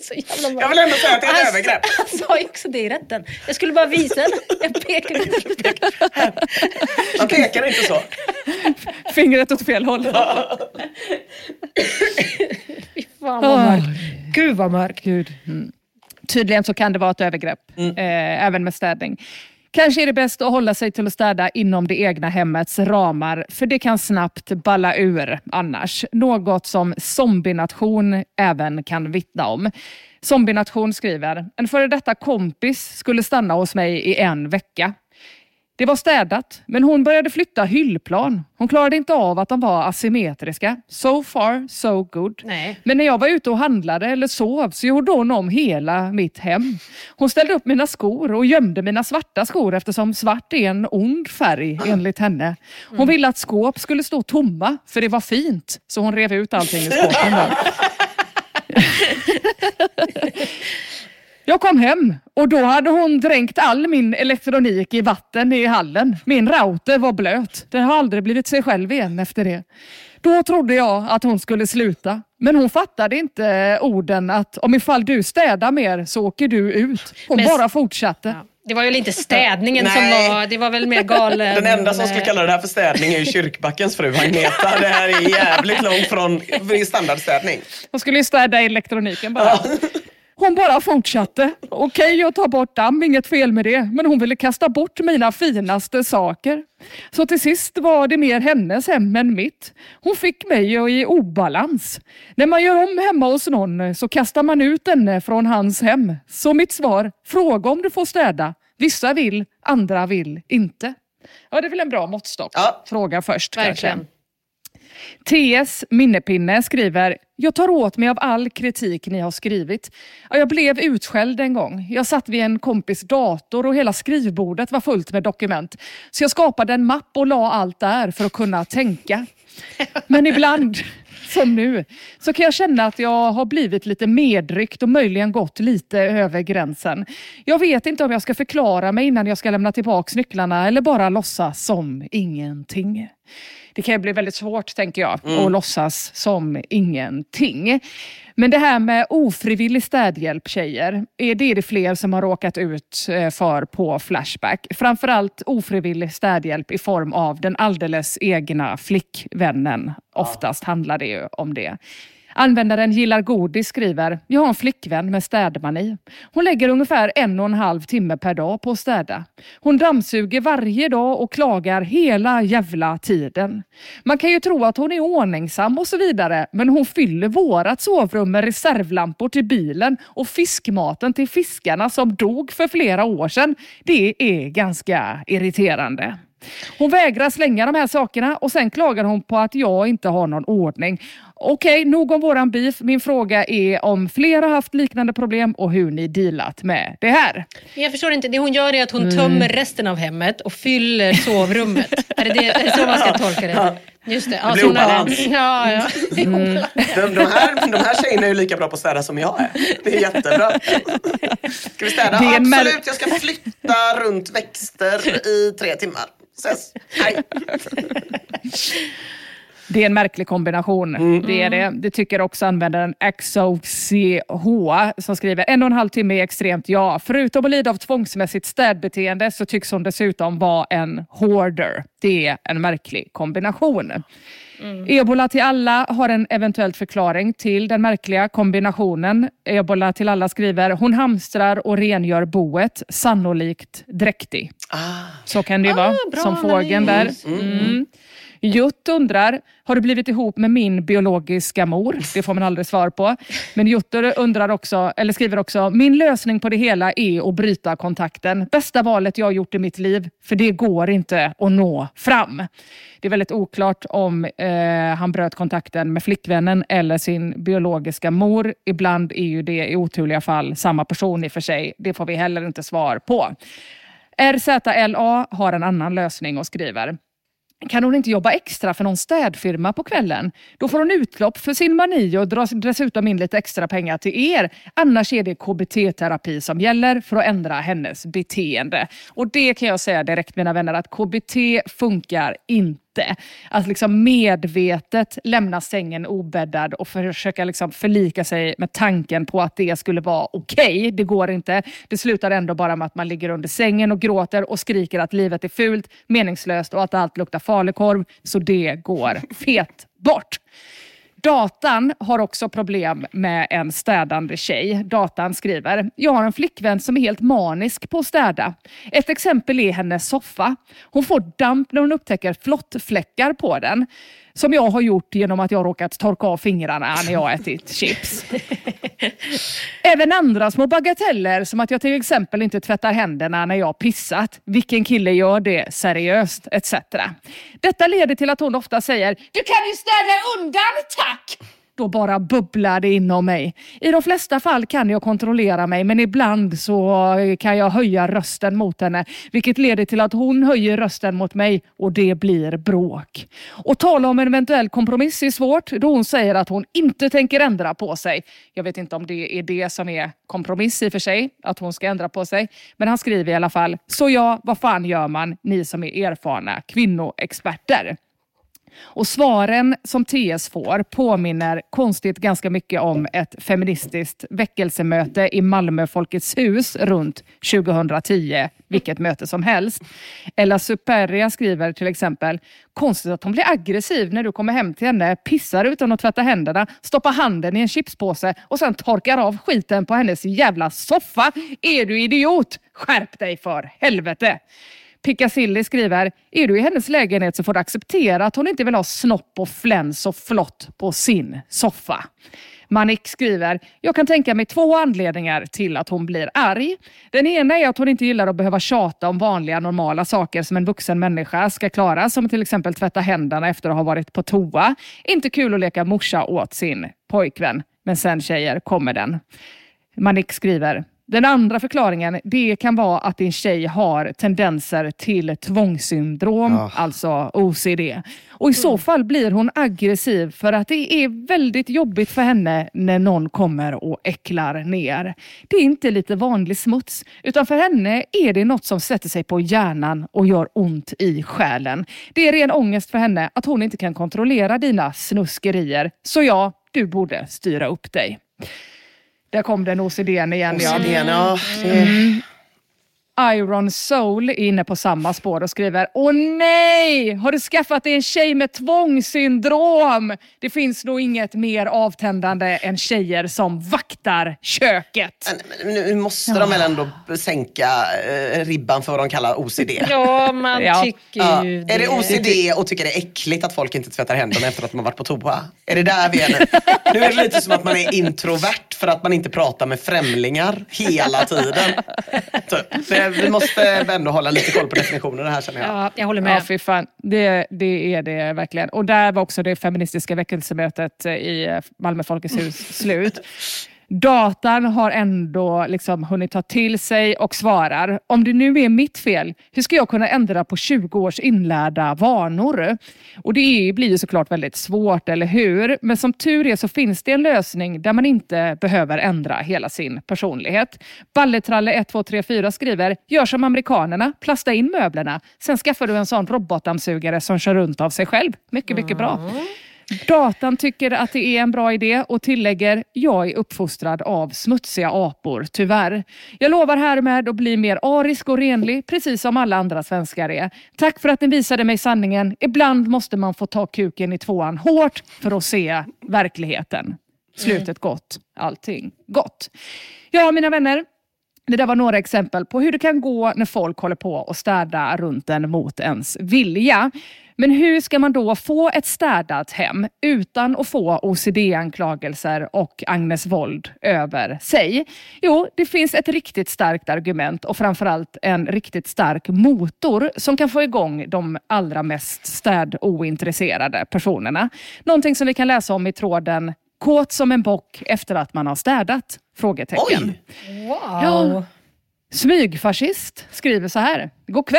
Så jävla bra. Jag vill ändå säga att det är ett han, övergrepp. Han sa ju också det i rätten. Jag skulle bara visa den. Jag pekade inte. Man pekar inte så. Fingret åt fel håll. Fy fan vad mörkt. Gud vad mörkt. Gud. Mm. Tydligen så kan det vara ett övergrepp. Mm. Eh, även med städning. Kanske är det bäst att hålla sig till att städa inom det egna hemmets ramar, för det kan snabbt balla ur annars. Något som Zombienation även kan vittna om. Zombienation skriver: en före detta kompis skulle stanna hos mig i en vecka. Det var städat, men hon började flytta hyllplan. Hon klarade inte av att de var asymmetriska. So far, so good. Nej. Men när jag var ute och handlade eller sov så gjorde hon om hela mitt hem. Hon ställde upp mina skor och gömde mina svarta skor eftersom svart är en ond färg enligt henne. Hon ville att skåp skulle stå tomma för det var fint. Så hon rev ut allting i skåpen där. Jag kom hem och då hade hon dränkt all min elektronik i vatten i hallen. Min router var blöt. Den har aldrig blivit sig själv igen efter det. Då trodde jag att hon skulle sluta. Men hon fattade inte orden att om ifall du städar mer så åker du ut. Hon Men, bara fortsatte. Ja. Det var ju inte städningen Nej. som var, det var väl mer galen. Den enda som skulle kalla det här för städning är ju Kyrkbackens fru Agneta. Det här är jävligt långt från standardstädning. Hon skulle ju städa elektroniken bara. Hon bara fortsatte. Okej, jag tar bort damm, inget fel med det. Men hon ville kasta bort mina finaste saker. Så till sist var det mer hennes hem än mitt. Hon fick mig i obalans. När man gör om hemma hos någon så kastar man ut henne från hans hem. Så mitt svar, fråga om du får städa. Vissa vill, andra vill inte. Ja, det är väl en bra måttstock. Ja. Fråga först. Verkligen. Kanske. T S Minnepinne skriver: jag tar åt mig av all kritik ni har skrivit. Ja, jag blev utskälld en gång. Jag satt vid en kompis dator och hela skrivbordet var fullt med dokument. Så jag skapade en mapp och la allt där för att kunna tänka. Men ibland, som nu, så kan jag känna att jag har blivit lite medryckt och möjligen gått lite över gränsen. Jag vet inte om jag ska förklara mig innan jag ska lämna tillbaka nycklarna eller bara låtsas som ingenting. Det kan ju bli väldigt svårt, tänker jag, mm. att låtsas som ingenting. Men det här med ofrivillig städhjälp, tjejer, är det det fler som har råkat ut för på Flashback. Framförallt ofrivillig städhjälp i form av den alldeles egna flickvännen. Oftast handlar det ju om det. Användaren Gillar Godis skriver: jag har en flickvän med städmani. Hon lägger ungefär en och en halv timme per dag på att städa. Hon dammsuger varje dag och klagar hela jävla tiden. Man kan ju tro att hon är ordningsam och så vidare, men hon fyller vårat sovrum med reservlampor till bilen och fiskmaten till fiskarna som dog för flera år sedan. Det är ganska irriterande. Hon vägrar slänga de här sakerna och sen klagar hon på att jag inte har någon ordning. Okej, nog om våran beef. Min fråga är om flera har haft liknande problem och hur ni dealat med det här. Jag förstår inte. Det hon gör är att hon mm. tömmer resten av hemmet och fyller sovrummet. är, det det, är det så man ska tolka det? Ja. Just det. Det blir obalans. Ja, ja. Mm. De, de, här, de här tjejerna är ju lika bra på att städa som jag är. Det är jättebra. Ska vi städa? Absolut, jag ska flytta runt växter i tre timmar. Ses. Hej. Det är en märklig kombination. Mm. Det är det. Det tycker också användaren X O C H som skriver: en och en halv timme är extremt ja. Förutom att lida av tvångsmässigt städbeteende så tycks hon dessutom vara en hoarder. Det är en märklig kombination. Mm. Ebola till alla har en eventuell förklaring till den märkliga kombinationen. Ebola till alla skriver: hon hamstrar och rengör boet, sannolikt dräktig. Ah. Så kan det ju ah, vara, som fågeln där. Mm. Mm. Jutt undrar: har du blivit ihop med min biologiska mor? Det får man aldrig svar på. Men Jutter undrar också, eller skriver också: min lösning på det hela är att bryta kontakten. Bästa valet jag har gjort i mitt liv, för det går inte att nå fram. Det är väldigt oklart om eh, han bröt kontakten med flickvännen eller sin biologiska mor. Ibland är ju det i oturliga fall samma person i för sig. Det får vi heller inte svar på. R Z L A har en annan lösning och skriver: kan hon inte jobba extra för någon städfirma på kvällen? Då får hon utlopp för sin mani och drar dessutom in lite extra pengar till er. Annars är det K B T-terapi som gäller för att ändra hennes beteende. Och det kan jag säga direkt, mina vänner, att K B T funkar inte. inte. Att liksom medvetet lämna sängen obäddad och försöka liksom förlika sig med tanken på att det skulle vara okej. Okay. Det går inte. Det slutar ändå bara med att man ligger under sängen och gråter och skriker att livet är fult, meningslöst och att allt luktar falukorv. Så det går fet bort. Datan har också problem med en städande tjej. Datan skriver: jag har en flickvän som är helt manisk på att städa. Ett exempel är hennes soffa. Hon får damp när hon upptäcker flottfläckar på den. Som jag har gjort genom att jag råkat torka av fingrarna när jag ätit chips. Även andra små bagateller, som att jag till exempel inte tvättar händerna när jag pissat. Vilken kille gör det seriöst, et cetera. Detta leder till att hon ofta säger: du kan ju städa undan, tack! Då bara bubblar det inom mig. I de flesta fall kan jag kontrollera mig, men ibland så kan jag höja rösten mot henne. Vilket leder till att hon höjer rösten mot mig och det blir bråk. Och tala om en eventuell kompromiss är svårt då hon säger att hon inte tänker ändra på sig. Jag vet inte om det är det som är kompromiss i för sig, att hon ska ändra på sig. Men han skriver i alla fall: så ja, vad fan gör man, ni som är erfarna kvinnoexperter? Och svaren som T S får påminner konstigt ganska mycket om ett feministiskt väckelsemöte i Malmö Folkets hus runt tjugohundratio, vilket möte som helst. Ella Superia skriver till exempel: konstigt att hon blir aggressiv när du kommer hem till henne, pissar utan att tvätta händerna, stoppar handen i en chipspåse och sen torkar av skiten på hennes jävla soffa. Är du idiot? Skärp dig för helvete! Piccadilly skriver: är du i hennes lägenhet så får du acceptera att hon inte vill ha snopp och fläns och flott på sin soffa. Manik skriver: jag kan tänka mig två anledningar till att hon blir arg. Den ena är att hon inte gillar att behöva tjata om vanliga normala saker som en vuxen människa ska klara, som till exempel tvätta händerna efter att ha varit på toa. Inte kul att leka morsa åt sin pojkvän. Men sen, tjejer, kommer den. Manik skriver: den andra förklaringen, det kan vara att din tjej har tendenser till tvångssyndrom, ja. Alltså O C D. Och i så fall blir hon aggressiv för att det är väldigt jobbigt för henne när någon kommer och äcklar ner. Det är inte lite vanlig smuts, utan för henne är det något som sätter sig på hjärnan och gör ont i själen. Det är ren ångest för henne att hon inte kan kontrollera dina snuskerier. Så ja, du borde styra upp dig. Där kom den O C D:n igen. O C D:n, ja. Mm. Iron Soul är inne på samma spår och skriver: åh nej, har du skaffat dig en tjej med tvångssyndrom? Det finns nog inget mer avtändande än tjejer som vaktar köket. Men, nu måste de väl ändå sänka eh, ribban för vad de kallar O C D. Ja, man ja. tycker ja. ju det. Är det O C D och tycker det är äckligt att folk inte tvättar händerna efter att man varit på toa? Är det där vi är nu? Nu är det lite som att man är introvert för att man inte pratar med främlingar hela tiden. Så vi måste ändå hålla lite koll på definitionerna här, känner jag. Ja, jag håller med. Ja, fy fan. Det, det är det verkligen. Och där var också det feministiska väckelsemötet i Malmö Folkets hus slut. Datan har ändå liksom hunnit ta till sig och svarar: om det nu är mitt fel, hur ska jag kunna ändra på tjugo års inlärda vanor? Och det är, blir ju såklart väldigt svårt, eller hur? Men som tur är så finns det en lösning där man inte behöver ändra hela sin personlighet. Balletralle ett två tre fyra skriver: gör som amerikanerna, plasta in möblerna. Sen skaffar du en sån robotdammsugare som kör runt av sig själv. Mycket, mycket bra. Datan tycker att det är en bra idé och tillägger: jag är uppfostrad av smutsiga apor, tyvärr. Jag lovar härmed att bli mer arisk och renlig, precis som alla andra svenskar är. Tack för att ni visade mig sanningen. Ibland måste man få ta kuken i tvåan hårt för att se verkligheten. Slutet gott, allting gott. Ja, mina vänner. Det där var några exempel på hur det kan gå när folk håller på och städa runt en mot ens vilja. Men hur ska man då få ett städat hem utan att få O C D-anklagelser och Agnes våld över sig? Jo, det finns ett riktigt starkt argument och framförallt en riktigt stark motor som kan få igång de allra mest städointresserade personerna. Någonting som vi kan läsa om i tråden "Kåt som en bock efter att man har städat?" Frågetecken. Oj! Wow! Ja. Smygfascist skriver så här: god kväll.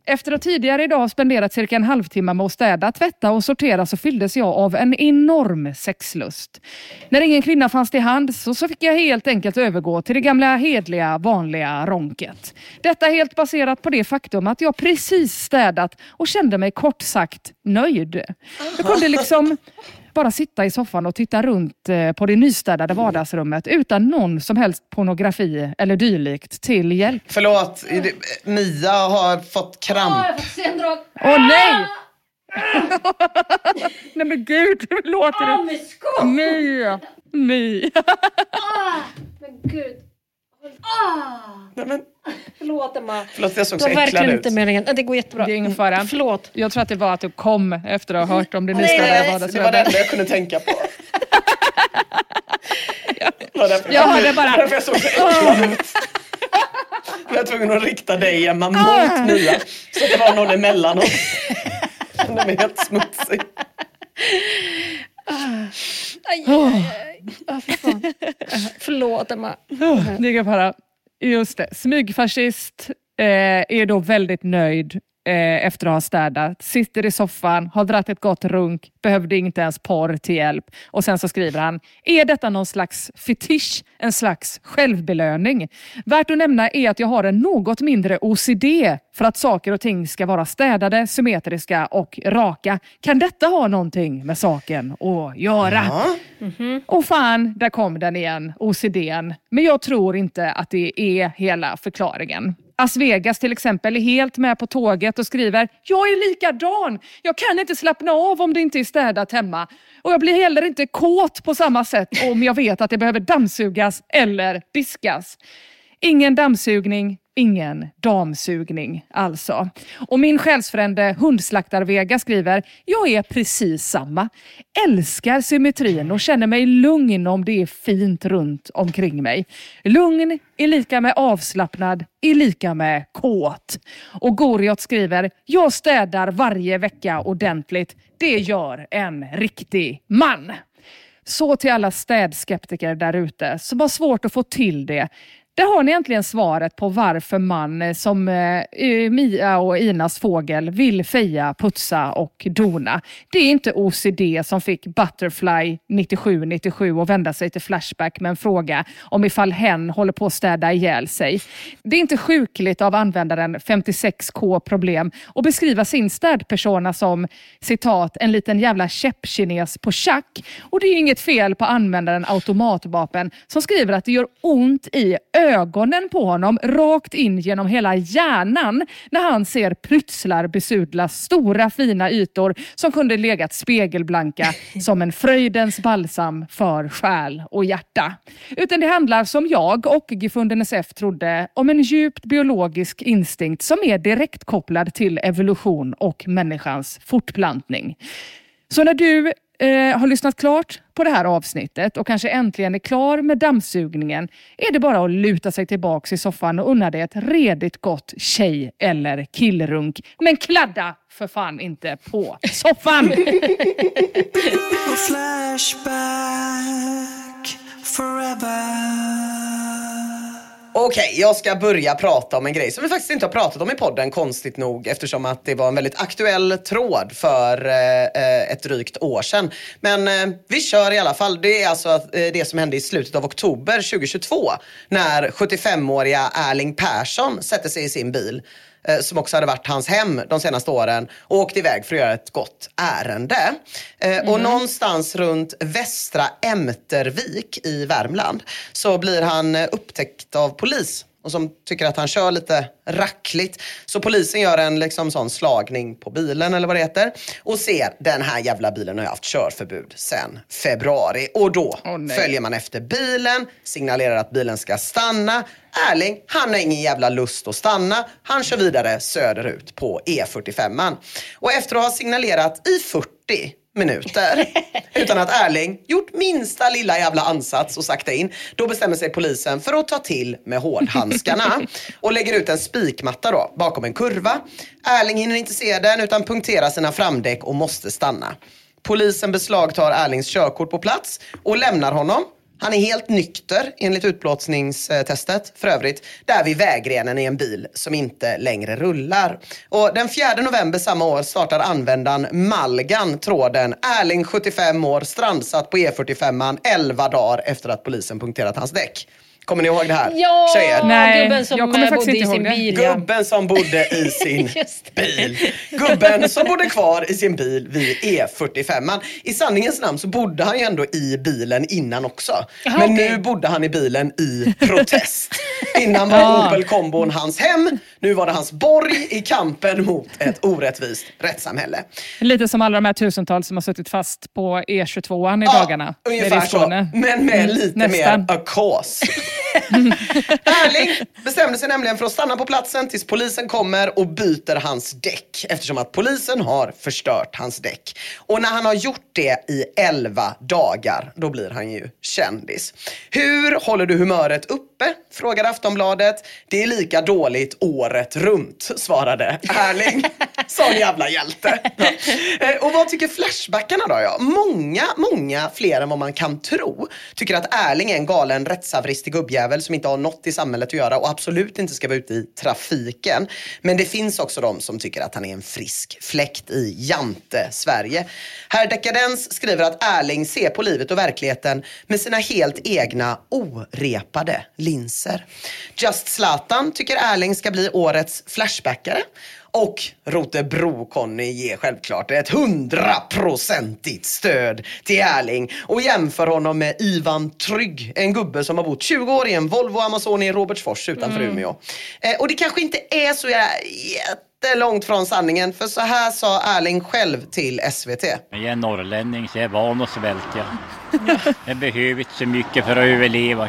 Efter att tidigare idag ha spenderat cirka en halvtimme med att städa, tvätta och sortera så fylldes jag av en enorm sexlust. När ingen kvinna fanns till hand så, så fick jag helt enkelt övergå till det gamla hedliga vanliga ronket. Detta helt baserat på det faktum att jag precis städat och kände mig kort sagt nöjd. Jag kunde liksom bara sitta i soffan och titta runt på det nystädade vardagsrummet utan någon som helst pornografi eller dylikt till hjälp. Förlåt, Mia har fått kramp. Åh, jag har fått sendrag. Åh nej! Nej men gud, hur låter det? Åh, med skott! Mia, Mia. Ah, men gud. Ah. Nej, men... Förlåt, Emma. Förlåt, jag såg det så var verkligen äcklad inte ut. meningen. Det går jättebra. Det är ingen fara. Förlåt. Jag tror att det var att du kom efter att ha hört om det Nej, nystädade Det var det vardagsrummet. enda jag kunde tänka på. Det var därför Jag hörde bara... därför jag såg så äcklad ut. Jag var tvungen att rikta dig, Emma, mot Mia. Så att det var någon emellan oss. Den är helt smutsig. Aj, aj, aj. Ah, för fan. Förlåt, Emma. Oh, det är bara... Just det. Smygfascist eh, är då väldigt nöjd eh, efter att ha städat. Sitter i soffan, har dratt ett gott runk, behövde inte ens porr till hjälp. Och sen så skriver han, är detta någon slags fetisch, en slags självbelöning? Värt att nämna är att jag har en något mindre O C D för att saker och ting ska vara städade, symmetriska och raka. Kan detta ha någonting med saken att göra? Ja. Mm-hmm. Och fan, där kom den igen, O C D:n. Men jag tror inte att det är hela förklaringen. As Vegas till exempel är helt med på tåget och skriver, jag är likadan. Jag kan inte slappna av om det inte är städat hemma. Och jag blir heller inte kåt på samma sätt om jag vet att det behöver dammsugas eller diskas. Ingen dammsugning, ingen damsugning alltså. Och min själsfrände Hundslaktar-Vega skriver, jag är precis samma. Älskar symmetrin och känner mig lugn om det är fint runt omkring mig. Lugn är lika med avslappnad, är lika med kåt. Och Goriot skriver, jag städar varje vecka ordentligt. Det gör en riktig man. Så till alla städskeptiker där ute som har svårt att få till det. Där har ni egentligen svaret på varför man som eh, Mia och Inas fågel vill feja, putsa och dona. Det är inte O C D som fick Butterfly nittiosju nittiosju och vända sig till Flashback med en fråga om ifall hen håller på att städa ihjäl sig. Det är inte sjukligt av användaren femtiosex K problem och beskriva sin städpersona som citat en liten jävla käppkines på tjack. Och det är inget fel på användaren automatvapen som skriver att det gör ont i ögonen på honom rakt in genom hela hjärnan när han ser prytslar besudla stora fina ytor som kunde legat spegelblanka som en fröjdens balsam för själ och hjärta. Utan det handlar som jag och Gefunden S F trodde om en djupt biologisk instinkt som är direkt kopplad till evolution och människans fortplantning. Så när du Eh, har lyssnat klart på det här avsnittet och kanske äntligen är klar med dammsugningen är det bara att luta sig tillbaka i soffan och unna dig ett redigt gott tjej- eller killrunk. Men kladda för fan inte på soffan! Flashback forever. Okej, okay, jag ska börja prata om en grej som vi faktiskt inte har pratat om i podden, konstigt nog, eftersom att det var en väldigt aktuell tråd för eh, ett drygt år sedan. Men eh, vi kör i alla fall. Det är alltså eh, det som hände i slutet av oktober tjugohundratjugotvå när sjuttiofemåriga Erling Persson sätter sig i sin bil, eh, som också hade varit hans hem de senaste åren, och åkte iväg för att göra ett gott ärende. Eh, mm. Och någonstans runt Västra Ämtervik i Värmland så blir han upptäckt av polis och som tycker att han kör lite rackligt. Så polisen gör en liksom sån slagning på bilen eller vad det heter och ser den här jävla bilen har haft körförbud sedan februari. Och då oh, följer man efter bilen, signalerar att bilen ska stanna. Erling, han har ingen jävla lust att stanna. Han kör vidare söderut på E fyrtiofem. Och efter att ha signalerat i fyrtio minuter utan att Erling gjort minsta lilla jävla ansats och sakta in, då bestämmer sig polisen för att ta till med hårdhandskarna och lägger ut en spikmatta då bakom en kurva. Erling hinner inte se den utan punkterar sina framdäck och måste stanna. Polisen beslagtar Erlings körkort på plats och lämnar honom Han är helt nykter enligt utblåsningstestet. För övrigt, där vid vägrenen i en bil som inte längre rullar. Och den fjärde november samma år startar användaren Malgan tråden Erling sjuttiofem år strandsatt på E fyrtiofem elva dagar efter att polisen punkterat hans däck. Kommer ni ihåg det här? Ja, tjejer? Nej, gubben som jag kommer faktiskt bodde inte i sin ihåg det. bil. Ja. Gubben som bodde i sin Just bil. Gubben som bodde kvar i sin bil vid E fyrtiofem. I sanningens namn så bodde han ju ändå i bilen innan också. Aha, Men okej. nu bodde han i bilen i protest. Innan var Opel-kombon hans hem. Nu var det hans borg i kampen mot ett orättvist rättssamhälle. Lite som alla de här tusentals som har suttit fast på E tjugotvåan i dagarna. Ungefär i Skåne. så. Men med lite Nästan. mer a cause. Erling bestämde sig nämligen för att stanna på platsen tills polisen kommer och byter hans däck. Eftersom att polisen har förstört hans däck. Och när han har gjort det i elva dagar, då blir han ju kändis. Hur håller du humöret uppe? Frågade Aftonbladet. Det är lika dåligt året runt, svarade Erling. Sån jävla hjälte. Ja. Och vad tycker Flashbackarna då? Ja? Många, många fler än vad man kan tro tycker att Erling är en galen rättshavristig gubbjävel som inte har något i samhället att göra och absolut inte ska vara ute i trafiken. Men det finns också de som tycker att han är en frisk fläkt i Jante Sverige. Herr Dekadens skriver att Erling ser på livet och verkligheten med sina helt egna orepade linser. Just Zlatan tycker Erling ska bli årets flashbackare. Och Rotebro-Conny ger självklart ett hundraprocentigt stöd till Erling och jämför honom med Ivan Trygg, en gubbe som har bott tjugo år i en Volvo Amazon i Robertsfors utanför mm. Umeå. Eh, och det kanske inte är så jättelångt från sanningen, för så här sa Erling själv till S V T. Jag är norrlänning så jag är van att svälta. Jag behöver inte så mycket för att överleva.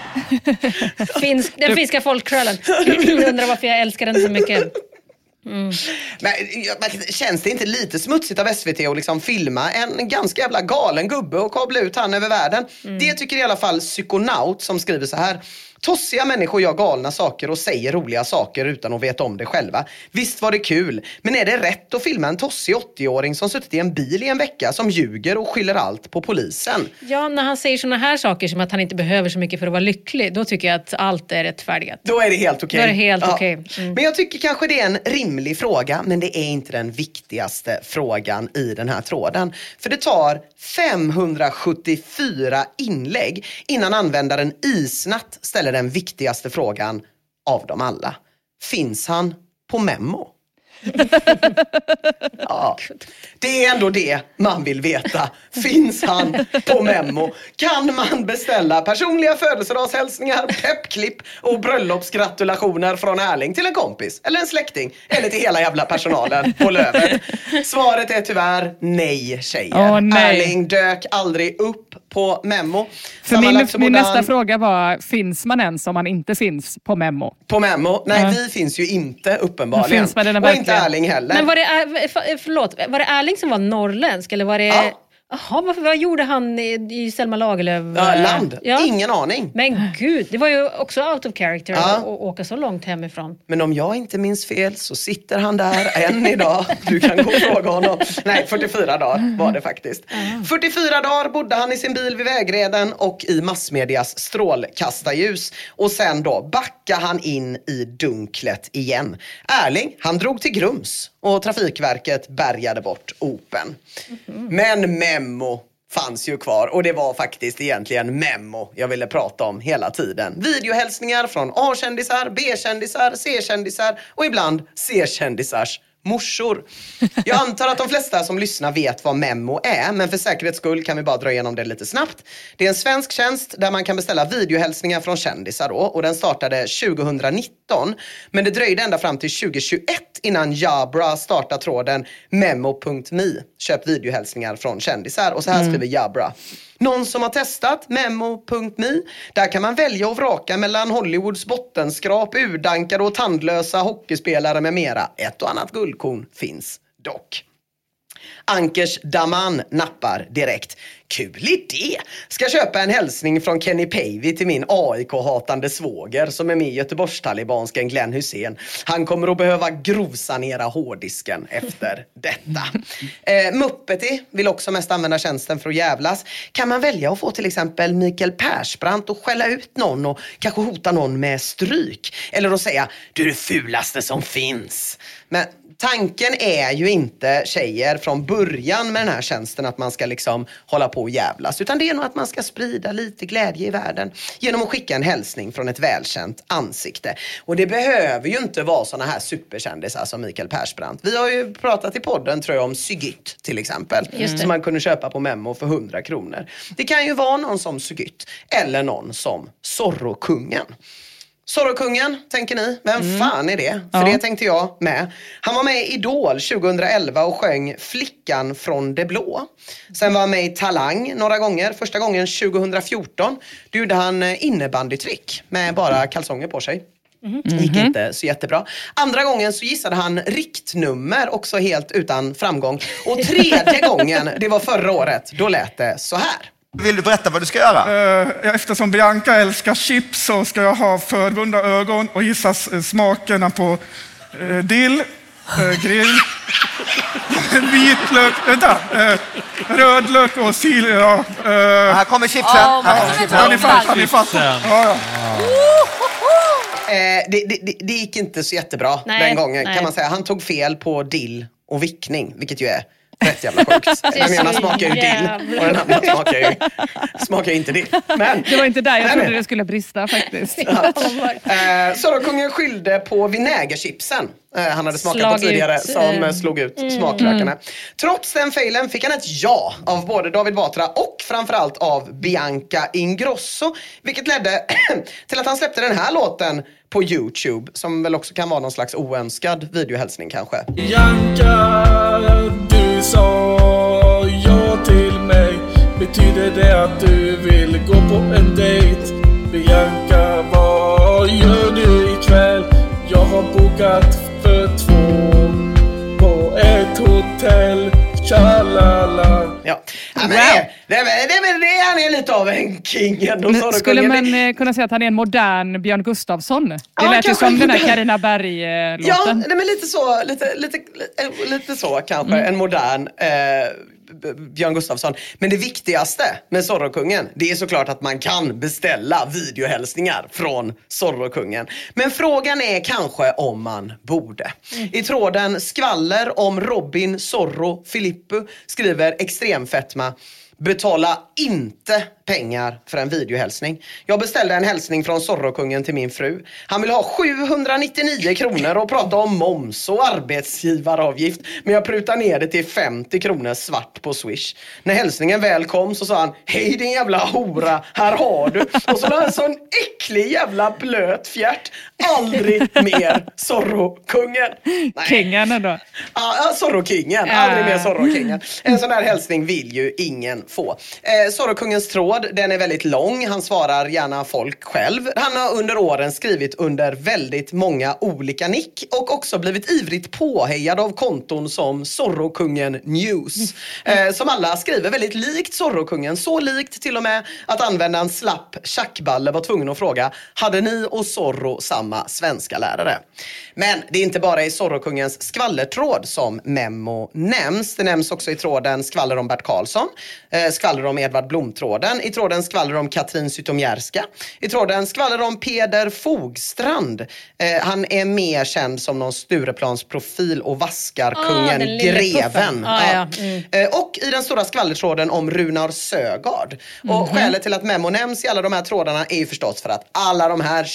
Finsk, den finska folkrörelsen. Undrar varför jag älskar den så mycket. Mm. Men känns det inte lite smutsigt av S V T att liksom filma en ganska jävla galen gubbe och kabla ut han över världen? Mm. Det tycker i alla fall Psykonaut som skriver så här: tossiga människor gör galna saker och säger roliga saker utan att veta om det själva. Visst var det kul, men är det rätt att filma en tossig åttio-åring som suttit i en bil i en vecka som ljuger och skyller allt på polisen? Ja, när han säger såna här saker som att han inte behöver så mycket för att vara lycklig, då tycker jag att allt är rättfärdigt. Då är det helt okej. Då är det helt ja. okej. Mm. Men jag tycker kanske det är en rimlig fråga, men det är inte den viktigaste frågan i den här tråden. För det tar femhundrasjuttiofyra inlägg innan användaren Isnatt ställer den viktigaste frågan av dem alla. Finns han på Memo? Ja, det är ändå det man vill veta. Finns han på Memo? Kan man beställa personliga födelsedagshälsningar, peppklipp och bröllopsgratulationer från Erling till en kompis eller en släkting eller till hela jävla personalen på Lövet? Svaret är tyvärr nej, tjejer. Åh, nej. Erling dök aldrig upp på Memo. För min, min nästa han... fråga var, finns man ens om man inte finns på Memo? På Memo? Nej, ja. Vi finns ju inte uppenbarligen. Finns man den och inte Erling heller. Men var det, förlåt, var det Erling som var norrländsk eller var det... Ja. Jaha, vad, vad gjorde han i, i Selma Lagerlöf? Ja, land. Ja. Ingen aning. Men gud, det var ju också out of character ja. att åka så långt hemifrån. Men om jag inte minns fel så sitter han där än idag. Du kan gå och fråga honom. Nej, fyrtiofyra dagar var det faktiskt. Mm. fyrtiofyra dagar bodde han i sin bil vid vägreden och i massmedias strålkastarljus. Och sen då backade han in i dunklet igen. Erling, han drog till Grums och Trafikverket bärgade bort Open. Mm. Men Memo fanns ju kvar och det var faktiskt egentligen Memo jag ville prata om hela tiden. Videohälsningar från A-kändisar, B-kändisar, C-kändisar och ibland C-kändisars morsor. Jag antar att de flesta som lyssnar vet vad Memo är, men för säkerhets skull kan vi bara dra igenom det lite snabbt. Det är en svensk tjänst där man kan beställa videohälsningar från kändisar då, och den startade tjugonitton, men det dröjde ända fram till tjugohundratjugoett innan Jabra startade tråden memo punkt me. Köp videohälsningar från kändisar, och så här mm. skriver Jabra. Någon som har testat memo punkt me? Där kan man välja och vraka mellan Hollywoods bottenskrap, urdankade och tandlösa hockeyspelare med mera. Ett och annat guldkorn finns dock. Ankers Daman nappar direkt. Kul idé! Ska köpa en hälsning från Kenny Pavey till min A I K-hatande svåger som är med i Göteborgstalibansken Glenn Hussein. Han kommer att behöva grovsanera hårddisken efter detta. Eh, Muppety vill också mest använda tjänsten för att jävlas. Kan man välja att få till exempel Mikael Persbrandt och skälla ut någon och kanske hota någon med stryk? Eller att säga, du är det fulaste som finns. Men tanken är ju inte, tjejer, från början med den här tjänsten att man ska liksom hålla på och jävlas. Utan det är nog att man ska sprida lite glädje i världen genom att skicka en hälsning från ett välkänt ansikte. Och det behöver ju inte vara såna här superkändisar som Mikael Persbrandt. Vi har ju pratat i podden, tror jag, om Sygytt till exempel. Som man kunde köpa på Memmo för hundra kronor. Det kan ju vara någon som Sygytt eller någon som Zorro-kungen. Zorro-kungen, tänker ni? Vem mm. fan är det? För ja. det tänkte jag med. Han var med i Idol tjugohundraelva och sjöng Flickan från det blå. Sen var han med i Talang några gånger. Första gången tjugohundrafjorton. Då gjorde han innebandytrick med bara kalsonger på sig. Mm. Gick inte så jättebra. Andra gången så gissade han riktnummer, också helt utan framgång. Och tredje gången, det var förra året, då lät det så här. Vill du berätta vad du ska göra? Uh, eftersom Bianca älskar chips så ska jag ha förbundna ögon och gissa smakerna på uh, dill, uh, grill, vitlök, vänta, uh, rödlök och sil. Ja, uh, här kommer chipsen. Oh, här kommer chipsen. Har ni fattat? Har ni fattat? Ja, ja. Eh, det, det, det gick inte så jättebra nej, den gången nej. kan man säga. Han tog fel på dill och vickning, vilket ju är rätt jävla sjukt. Den ena smakar ju dill och den andra smakar ju, smakar ju inte dill. Men, det var inte där jag men, trodde det skulle brista faktiskt. Ja. eh, Zorro-kungen skyllde på vinägerchipsen. Eh, han hade smakat slag på tidigare ut. som mm. slog ut mm. smaklökarna. Mm. Trots den failen fick han ett ja av både David Batra och framförallt av Bianca Ingrosso. Vilket ledde till att han släppte den här låten på YouTube, som väl också kan vara någon slags oönskad videohälsning kanske. Bianca, du sa ja till mig. Betyder det att du vill gå på en dejt? Bianca, vad gör du ikväll? Jag har bokat för två på ett hotell. Tjalala. Ja, ja men det, det, det, det, det han är lite av en king. Men, skulle man eh, kunna säga att han är en modern Björn Gustafsson? Det ja, lät ju som den här Carina Berg-låten. Ja, nej, men lite så, lite, lite, lite så kanske. Mm. En modern eh, Björn Gustafsson. Men det viktigaste med Zorro-kungen, det är såklart att man kan beställa videohälsningar från Zorro-kungen. Men frågan är kanske om man borde. Mm. I tråden skvaller om Robin Zorro Filippo skriver Extremfetma: betala inte pengar för en videohälsning. Jag beställde en hälsning från Zorro-kungen till min fru. Han vill ha sjuhundranittionio kronor och prata om moms och arbetsgivaravgift. Men jag prutar ner det till femtio kronor svart på Swish. När hälsningen väl kom så sa han: hej din jävla hora, här har du. Och så var han en sån äcklig jävla blöt fjärt. Aldrig mer Zorro-kungen. Kingen då? Ja, Zorro-kingen. Aldrig mer Zorro-kingen. En sån här hälsning vill ju ingen få. Eh, Zorro-kungens tråd, den är väldigt lång. Han svarar gärna folk själv. Han har under åren skrivit under väldigt många olika nick och också blivit ivrigt påhejad av konton som Zorro-kungen News. Eh, som alla skriver väldigt likt Zorro-kungen. Så likt till och med att användaren Slapp Tjackballe var tvungen att fråga: hade ni och Zorro samma svenska lärare? Men det är inte bara i Zorro-kungens skvallertråd som Memmo nämns. Det nämns också i tråden skvaller om Bert Karlsson. Eh, skvaller om Edvard Blom-tråden. I tråden skvaller om Katrin Zytomierska. I tråden skvaller om Peder Fogstrand. Eh, han är mer känd som någon Stureplans profil och vaskarkungen ah, Greven. Ah, ja. Mm. Eh, och i den stora skvallertråden om Runar Sögaard. Mm-hmm. Och skälet till att Memmo nämns i alla de här trådarna är ju förstås för att alla de här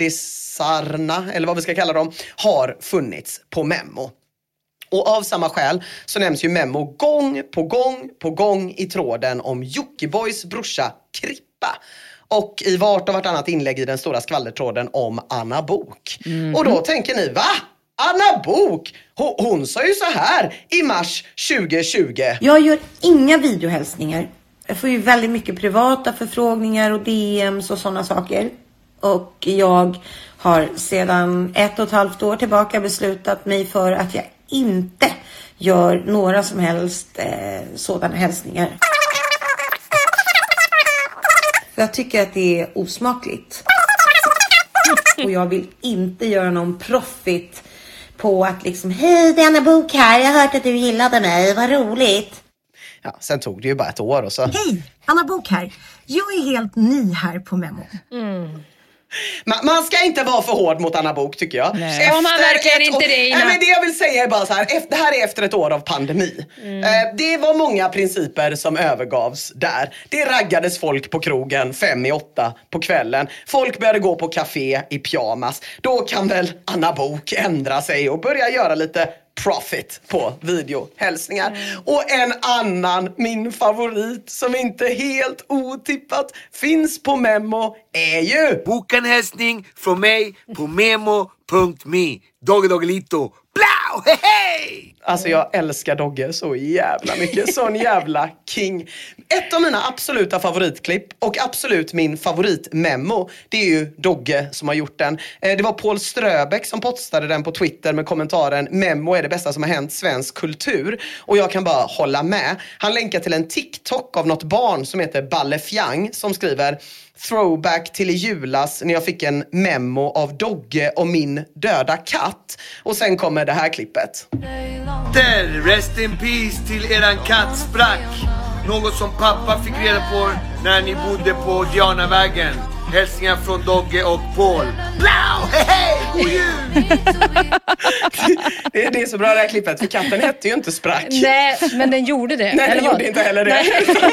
kändisarna, eller vad vi ska kalla dem, har funnits på Memmo. Och av samma skäl så nämns ju Memmo gång på gång på gång i tråden om Jockibois brorsa Krippa. Och i vart och vartannat inlägg i den stora skvallertråden om Anna Bok. Mm. Och då tänker ni, va? Anna Bok? Hon, hon sa ju så här i mars tjugohundratjugo. Jag gör inga videohälsningar. Jag får ju väldigt mycket privata förfrågningar och D M's och sådana saker. Och jag har sedan ett och ett halvt år tillbaka beslutat mig för att jag inte gör några som helst eh, sådana hälsningar. Jag tycker att det är osmakligt. Och jag vill inte göra någon profit på att liksom, hej, det är Anna Bok här, jag har hört att du gillade mig, vad roligt. Ja, sen tog det ju bara ett år och så. Hej, Anna Bok här. Jag är helt ny här på Memo. Mm. Man, man ska inte vara för hård mot Anna Bok, tycker jag. Nej. Ja, man verkligen inte det, Ina. Nej, men det jag vill säga är bara så här, efter, det här är efter ett år av pandemi. Mm. Eh, det var många principer som övergavs där. Det raggades folk på krogen fem i åtta på kvällen. Folk började gå på café i pyjamas. Då kan väl Anna Bok ändra sig och börja göra lite profit på videohälsningar. Mm. Och en annan, min favorit, som inte helt otippat finns på Memo, är ju boka en hälsning från mig på memo punkt me. Dogge Doggelito. Blau! Hej hej! Alltså jag älskar Dogge så jävla mycket. Sån jävla king. Ett av mina absoluta favoritklipp och absolut min favoritmemo, det är ju Dogge som har gjort den. Det var Paul Ströbeck som postade den på Twitter med kommentaren Memo är det bästa som har hänt svensk kultur. Och jag kan bara hålla med. Han länkar till en TikTok av något barn som heter Balle Fjang som skriver throwback till i julas när jag fick en memo av Dogge och min döda katt. Och sen kommer det här klippet. Där, rest in peace till eran katt sprack. Något som pappa fick reda på när ni bodde på Dianavägen. Hälsningar från Dogge och Paul. Blau! Hej hej! God jul! det, det är så bra det här klippet, för katten hette ju inte sprack. Nej, men den gjorde det. Nej, den vad? gjorde inte heller det.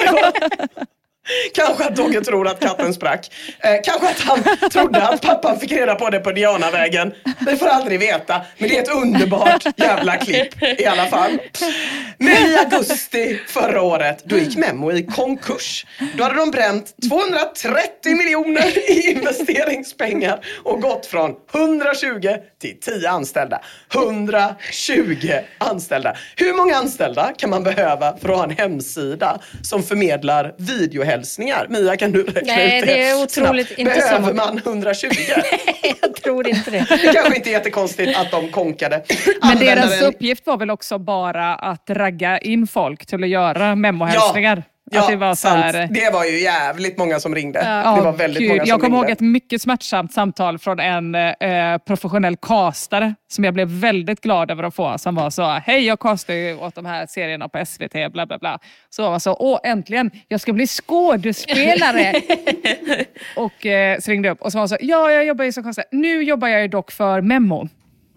Kanske att Dogge tror att katten sprack. Eh, kanske att han trodde att pappan fick reda på det på Dianavägen. Vi får aldrig veta. Men det är ett underbart jävla klipp i alla fall. Men i augusti förra året, då gick Memo i konkurs. Då hade de bränt tvåhundratrettio miljoner i investeringspengar och gått från hundratjugo till tio anställda. hundratjugo anställda. Hur många anställda kan man behöva för att ha en hemsida som förmedlar videohälsningar? Mia, kan du räkna Nej, ut det? det är otroligt snabbt? inte Behöver så. man hundratjugo? Jag tror inte det. Det kanske inte är jättekonstigt att de konkade. Men deras Användaren... uppgift var väl också bara att ragga in folk till att göra memohälsningar. Ja, att det var så här... sant. Det var ju jävligt många som ringde. Ja, det var väldigt gud. många som Jag kommer ringde. ihåg ett mycket smärtsamt samtal från en eh, professionell castare som jag blev väldigt glad över att få. Som var så, hej, jag castar ju åt de här serierna på S V T, bla bla bla. Så var man så, åh äntligen, jag ska bli skådespelare. och eh, så ringde jag upp och så var man så, ja, jag jobbar ju som castare. Nu jobbar jag ju dock för Memo.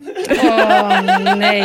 Åh nej.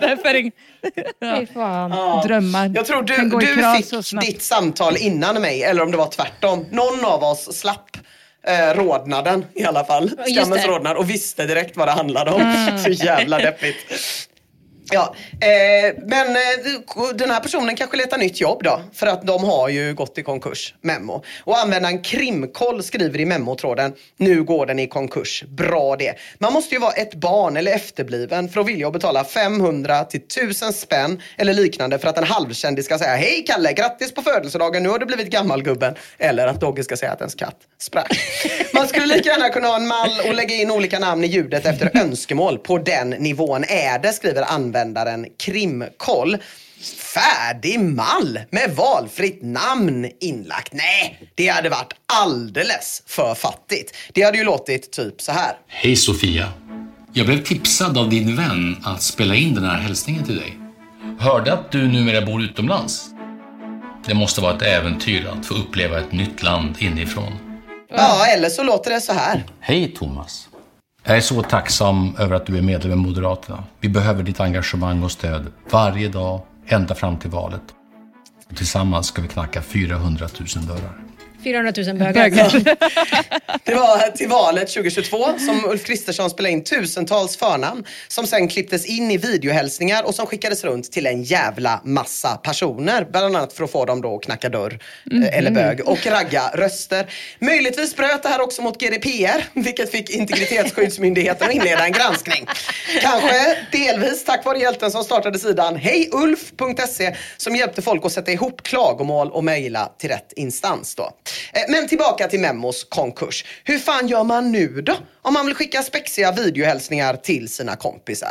Ja. Fan. Ja. Drömmar. Jag tror du, kan gå i du kras fick så snabbt. ditt samtal innan mig, eller om det var tvärtom. Någon av oss slapp eh, rodnaden i alla fall. Skammens rodnad, och visste direkt vad det handlade om. Mm. Så jävla deppigt. Ja, eh, men eh, den här personen kanske letar nytt jobb då. För att de har ju gått i konkurs, Memo. Och användaren Krimkoll skriver i Memo-tråden: nu går den i konkurs, bra det. Man måste ju vara ett barn eller efterbliven för att vilja betala femhundra till tusen spänn eller liknande för att en halvkändis ska säga: hej Kalle, grattis på födelsedagen, nu har du blivit gammalgubben. Eller att Dogge ska säga att ens katt sprack. Man skulle lika gärna kunna ha en mall och lägga in olika namn i ljudet efter önskemål. På den nivån är det, skriver användaren Krimkoll. Färdig mall med valfritt namn inlagt. Nej, det hade varit alldeles för fattigt. Det hade ju låtit typ så här. Hej Sofia. Jag blev tipsad av din vän att spela in den här hälsningen till dig. Hörde att du numera bor utomlands. Det måste vara ett äventyr att få uppleva ett nytt land inifrån. Ja, eller så låter det så här. Hej Thomas. Jag är så tacksam över att du är medlem i Moderaterna. Vi behöver ditt engagemang och stöd varje dag, ända fram till valet. Och tillsammans ska vi knacka fyrahundratusen dörrar. fyrahundratusen bögar. Det var till valet tjugohundratjugotvå som Ulf Kristersson spelade in tusentals förnamn som sen klipptes in i videohälsningar och som skickades runt till en jävla massa personer. Bland annat för att få dem då att knacka dörr mm. eller bög och ragga röster. Möjligtvis bröt det här också mot G D P R, vilket fick Integritetsskyddsmyndigheten att inleda en granskning. Kanske delvis tack vare hjälten som startade sidan hejulf punkt se som hjälpte folk att sätta ihop klagomål och mejla till rätt instans då. Men tillbaka till Memos konkurs. Hur fan gör man nu då? Om man vill skicka spexiga videohälsningar till sina kompisar.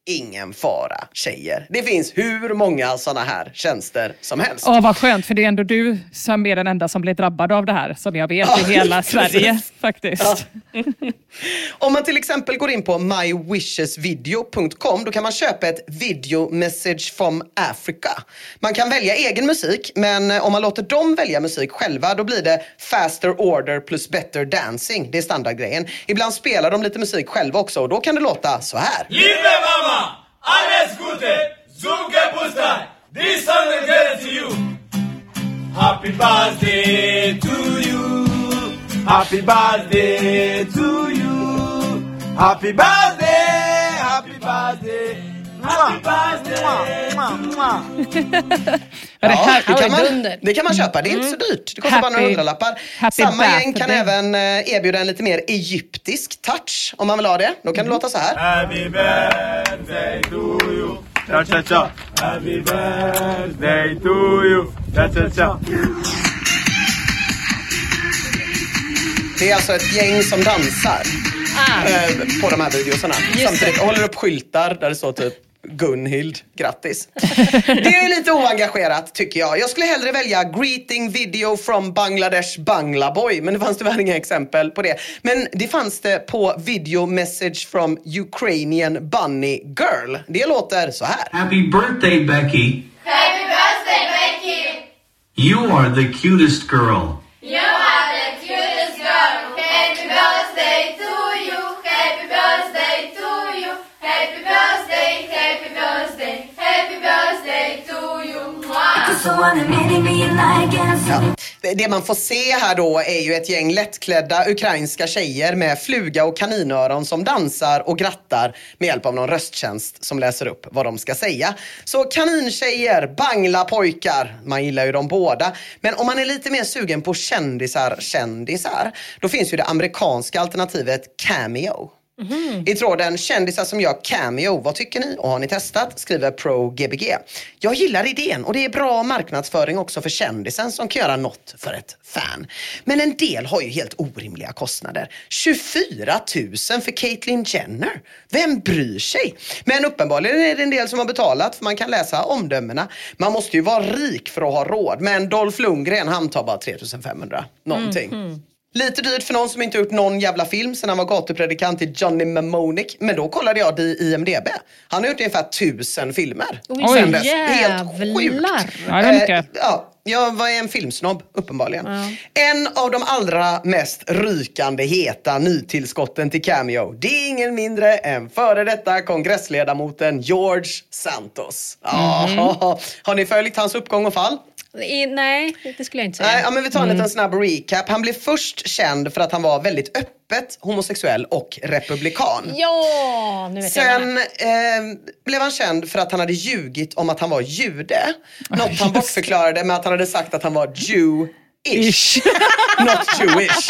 ingen fara, tjejer. Det finns hur många såna här tjänster som helst. Åh, vad skönt, för det är ändå du som är den enda som blir drabbad av det här, som jag vet Ja, i hela precis. Sverige faktiskt. Ja. Om man till exempel går in på my wishes video punkt com, då kan man köpa ett video message from Africa. Man kan välja egen musik, men om man låter dem välja musik själva, då blir det faster order plus better dancing. Det är standardgrejen. Ibland spelar de lite musik själva också, och då kan det låta så här. Liebe Mama, alles Gute, Zunge Bustai, this song is given to you. Happy birthday to you, happy birthday to you, happy birthday, happy birthday, happy birthday. Ja, här- det, kan Oj, man, dunder. det kan man köpa, det är inte så dyrt. Det kostar bara Happy- några hundralappar. happy Samma gäng kan birthday. även eh, erbjuda en lite mer egyptisk touch om man vill ha det. Då kan det låta så här. Happy birthday to you, cha cha cha. Happy birthday to you, cha cha cha. Det är alltså ett gäng som dansar Ah. eh, på de här videosarna. Just Samtidigt det. håller upp skyltar där det står typ Gunhild, grattis. Det är lite oengagerat tycker jag. Jag skulle hellre välja greeting video from Bangladesh Banglaboy, men det fanns tyvärr inga exempel på det. Men det fanns det på video message from Ukrainian Bunny Girl. Det låter så här. Happy birthday, Becky. Happy birthday, Becky! You are the cutest girl. You are the cutest girl. Happy birthday to you. Happy birthday to you. Happy birthday, happy birthday, happy birthday to you. Ja. Det man får se här då är ju ett gäng lättklädda ukrainska tjejer med fluga och kaninöron som dansar och grattar med hjälp av någon rösttjänst som läser upp vad de ska säga. Så kanintjejer, bangla-pojkar, man gillar ju dem båda. Men om man är lite mer sugen på kändisar, kändisar, då finns ju det amerikanska alternativet Cameo. Mm. I tråden kändisar som gör cameo, vad tycker ni? Och har ni testat? Skriver ProGBG. Jag gillar idén och det är bra marknadsföring också för kändisen som kan göra något för ett fan. Men en del har ju helt orimliga kostnader. tjugofyra tusen för Caitlyn Jenner. Vem bryr sig? Men uppenbarligen är det en del som har betalat, för man kan läsa omdömena. Man måste ju vara rik för att ha råd. Men Dolph Lundgren, han tar bara tre tusen femhundra. Någonting. Mm. Lite dyrt för någon som inte gjort någon jävla film sen han var gatupredikant i Johnny Mnemonic. Men då kollade jag det i I M D B. Han har gjort ungefär tusen filmer. Oj, Sen dess. jävlar. Helt sjukt. Ja, det är mycket. Eh, ja, jag var en filmsnobb, uppenbarligen. Ja. En av de allra mest rykande heta nytillskotten till Cameo, det är ingen mindre än före detta kongressledamoten George Santos. Ja, Mhm. har ni följt hans uppgång och fall? I, nej, det skulle jag inte säga. Nej, ja, men vi tar en Mm. liten snabb recap. Han blev först känd för att han var väldigt öppet homosexuell och republikan. Ja, nu vet jag. Sen eh, blev han känd för att han hade ljugit om att han var jude. Något han bortförklarade med att han hade sagt att han var Jew-ish. Not Jewish.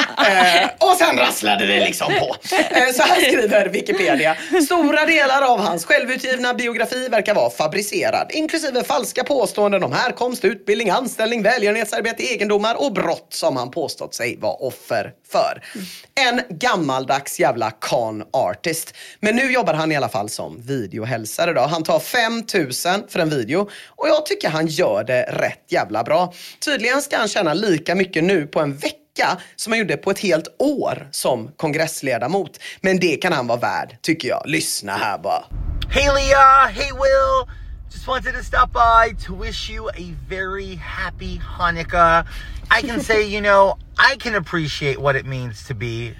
Eh, och sen rasslade det liksom på. Eh, så här skriver Wikipedia. Stora delar av hans självutgivna biografi verkar vara fabricerad, inklusive falska påståenden om härkomst, utbildning, anställning, välgörenhetsarbete, egendomar och brott som han påstått sig vara offer för. En gammaldags jävla con artist. Men nu jobbar han i alla fall som videohälsare då. Han tar fem tusen för en video och jag tycker han gör det rätt jävla bra. Tydligen ska han tjäna lika mycket nu på en vecka som han gjorde på ett helt år som kongressledamot. Men det kan han vara värd, tycker jag. Lyssna här bara. Hey Leah, hey Will. Just wanted to stop by to wish you a very happy Hanukkah. I can say, you know, I can appreciate what it means to be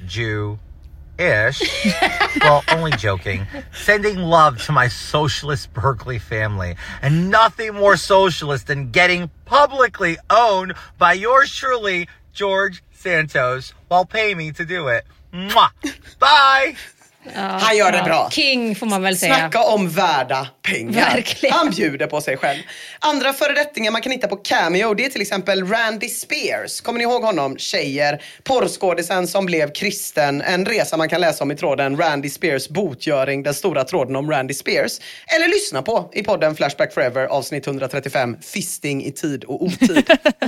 Jew-ish. Well, only joking. Sending love to my socialist Berkeley family. And nothing more socialist than getting publicly owned by yours truly, George Santos, while paying me to do it. Mwah. Bye! Ja, Han gör det ja. bra. King får man väl säga. Snacka om värda pengar. Verkligen. Han bjuder på sig själv. Andra föredettingar man kan hitta på Cameo, det är till exempel Randy Spears. Kommer ni ihåg honom? Tjejer. Porrskådisen som blev kristen. En resa man kan läsa om i tråden Randy Spears botgöring. Den stora tråden om Randy Spears. Eller lyssna på i podden Flashback Forever avsnitt etthundratrettiofem. Fisting i tid och otid.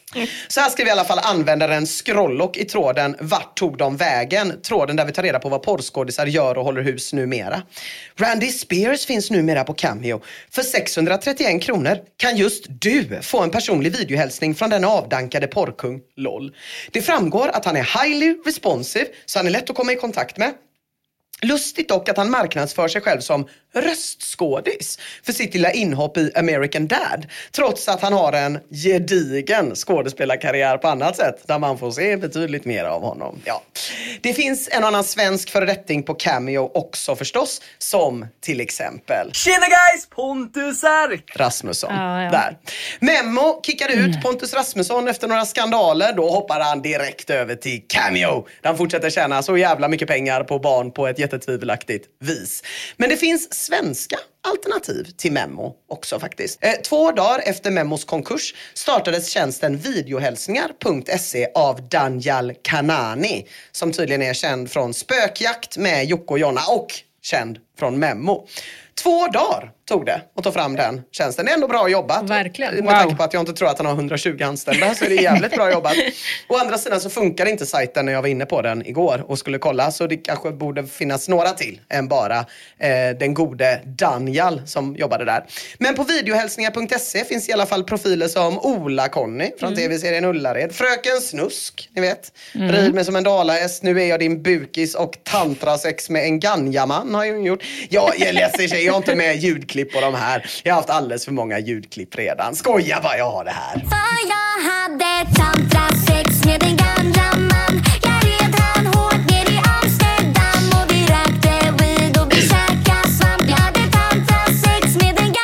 Så här skriver i alla fall användaren Scrollock i tråden Vart tog de vägen? Tråden där vi tar reda på vad porrskådisar gör och håller hus numera. Randy Spears finns numera på Cameo. För sexhundratrettioen kronor kan just du få en personlig videohälsning från den avdankade porrkung LOL. Det framgår att han är highly responsive, så han är lätt att komma i kontakt med. Lustigt dock att han marknadsför sig själv som röstskådis för sitt lilla inhopp i American Dad, trots att han har en gedigen skådespelarkarriär på annat sätt där man får se betydligt mer av honom. Ja. Det finns en annan svensk föredetting på Cameo också förstås, som till exempel Tjena guys, Pontus här! Rasmusson. Ja, ja. Där. Memmo kickade ut Pontus Rasmusson efter några skandaler. Då hoppar han direkt över till Cameo. Han fortsätter tjäna så jävla mycket pengar på barn på ett jättetvivelaktigt vis. Men det finns svenska alternativ till Memmo också faktiskt. Eh, två dagar efter Memmos konkurs startades tjänsten videohälsningar punkt se av Daniel Kanani, som tydligen är känd från Spökjakt med Jocke och Jonna och känd från Memmo. Två dagar tog det att ta fram den tjänsten. Det är ändå bra jobbat. Verkligen. Med Wow. tanke på att jag inte tror att han har hundratjugo anställda så är det jävligt bra jobbat. Å andra sidan så funkar inte sajten när jag var inne på den igår och skulle kolla. Så det kanske borde finnas några till än bara eh, den gode Daniel som jobbade där. Men på videohälsningar punkt se finns i alla fall profiler som Ola Conny från Mm. tv-serien Ullared. Fröken Snusk, ni vet. Mm. Rid mig som en dalahäst, nu är jag din bukis och tantrasex med en ganjaman har jag gjort. Ja, jag läser sig, jag har inte med ljudklipp på de här. Jag har haft alldeles för många ljudklipp redan. Skoja vad jag har det här. För jag hade tantrasex med en gamla man. Jag red han hårt ner i Amsterdam och vi rökte weed och vi käkade svamp. Jag hade tantrasex med en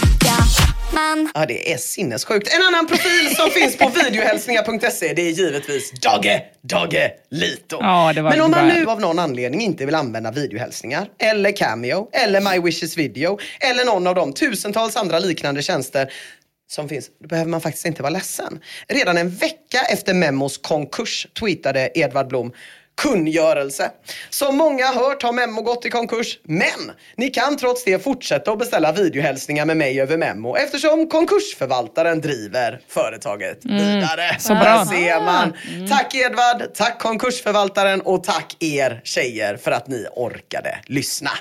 gamla. Ja, det är sinnessjukt. En annan profil som finns på videohälsningar punkt se, det är givetvis Dogge, Dogge Lito. Ja, det var Men om man bra. nu av någon anledning inte vill använda videohälsningar, eller Cameo, eller My Wishes Video, eller någon av de tusentals andra liknande tjänster som finns, då behöver man faktiskt inte vara ledsen. Redan en vecka efter Memmos konkurs tweetade Edvard Blom: kungörelse. Som många har hört har Memmo gått i konkurs, men ni kan trots det fortsätta att beställa videohälsningar med mig över Memmo eftersom konkursförvaltaren driver företaget Mm, vidare. så bra. Där ser man. Mm. Tack Edvard, tack konkursförvaltaren och tack er tjejer för att ni orkade lyssna.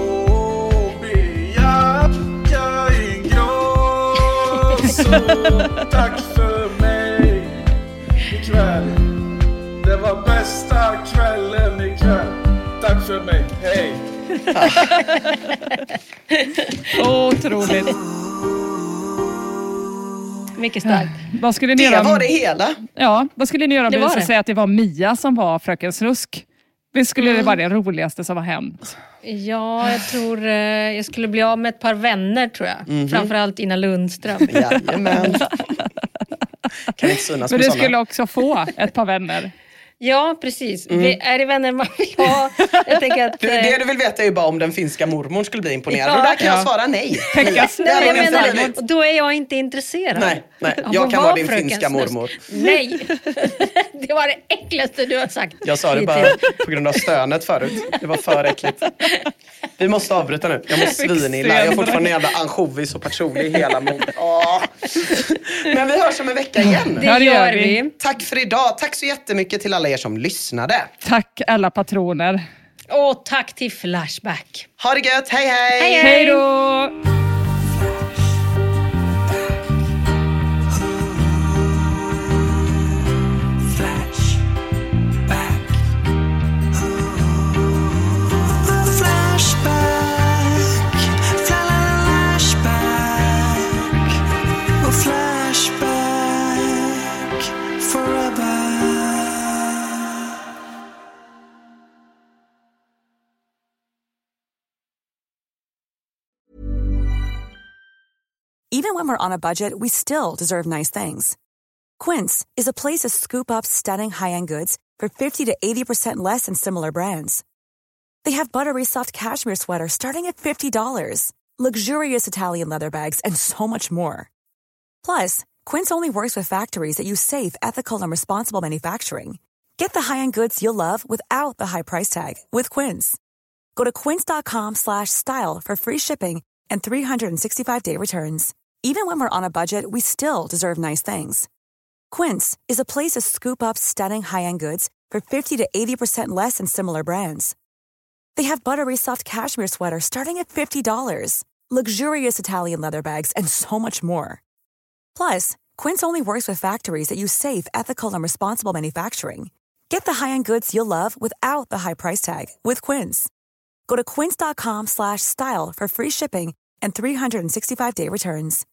Tack för mig ikväll. Det var bästa kvällen ikväll. Tack för mig, hej. Otroligt. Mycket starkt. Vad skulle ni Det göra om- var det hela. Ja, vad skulle ni göra om Det det var visade det. sig att det var Mia som var Fröken Snusk? Det skulle Mm. det vara det roligaste som har hänt. Ja, jag tror eh, jag skulle bli av med ett par vänner tror jag. Mhm. Framförallt Ina Lundström. Jajamän. Kan inte synas Men med du såna. skulle också få ett par vänner. Ja, precis. Mm. Vi, är det vänner man vill ha? Jag tänker att... Du, eh, det du vill veta är ju bara om den finska mormor skulle bli imponerad. Ja. Och där kan jag Ja. svara nej. Pekka. Mia. Det hade Nej, hon jag inte menar, blivit. och då är jag inte intresserad. Nej, nej. Av Jag att kan vara vara din Fröken finska Snusk. mormor. Nej, det var det äckligaste du har sagt. Jag sa det bara på grund av stönet förut. Det var för äckligt. Vi måste avbryta nu. Jag mår svinilla. Jag har fortfarande jävla ansjovis och patchouli i hela mun. Åh. Men vi hörs om en vecka igen. Det gör vi. Tack för idag. Tack så jättemycket till alla er som lyssnade. Tack alla patroner. Och tack till Flashback. Ha det gött. Hej hej. Hej, hej. Hej då! Flashback, flashback, och flashback forever. Even when we're on a budget, we still deserve nice things. Quince is a place to scoop up stunning high-end goods for fifty to eighty percent less than similar brands. They have buttery soft cashmere sweaters starting at fifty dollars, luxurious Italian leather bags, and so much more. Plus, Quince only works with factories that use safe, ethical, and responsible manufacturing. Get the high-end goods you'll love without the high price tag with Quince. Go to quince.com slash style for free shipping and three sixty-five day returns. Even when we're on a budget, we still deserve nice things. Quince is a place to scoop up stunning high-end goods for fifty to eighty percent less than similar brands. They have buttery soft cashmere sweaters starting at fifty dollars, luxurious Italian leather bags, and so much more. Plus, Quince only works with factories that use safe, ethical, and responsible manufacturing. Get the high-end goods you'll love without the high price tag with Quince. Go to quince.com slash style for free shipping and three hundred sixty-five day returns.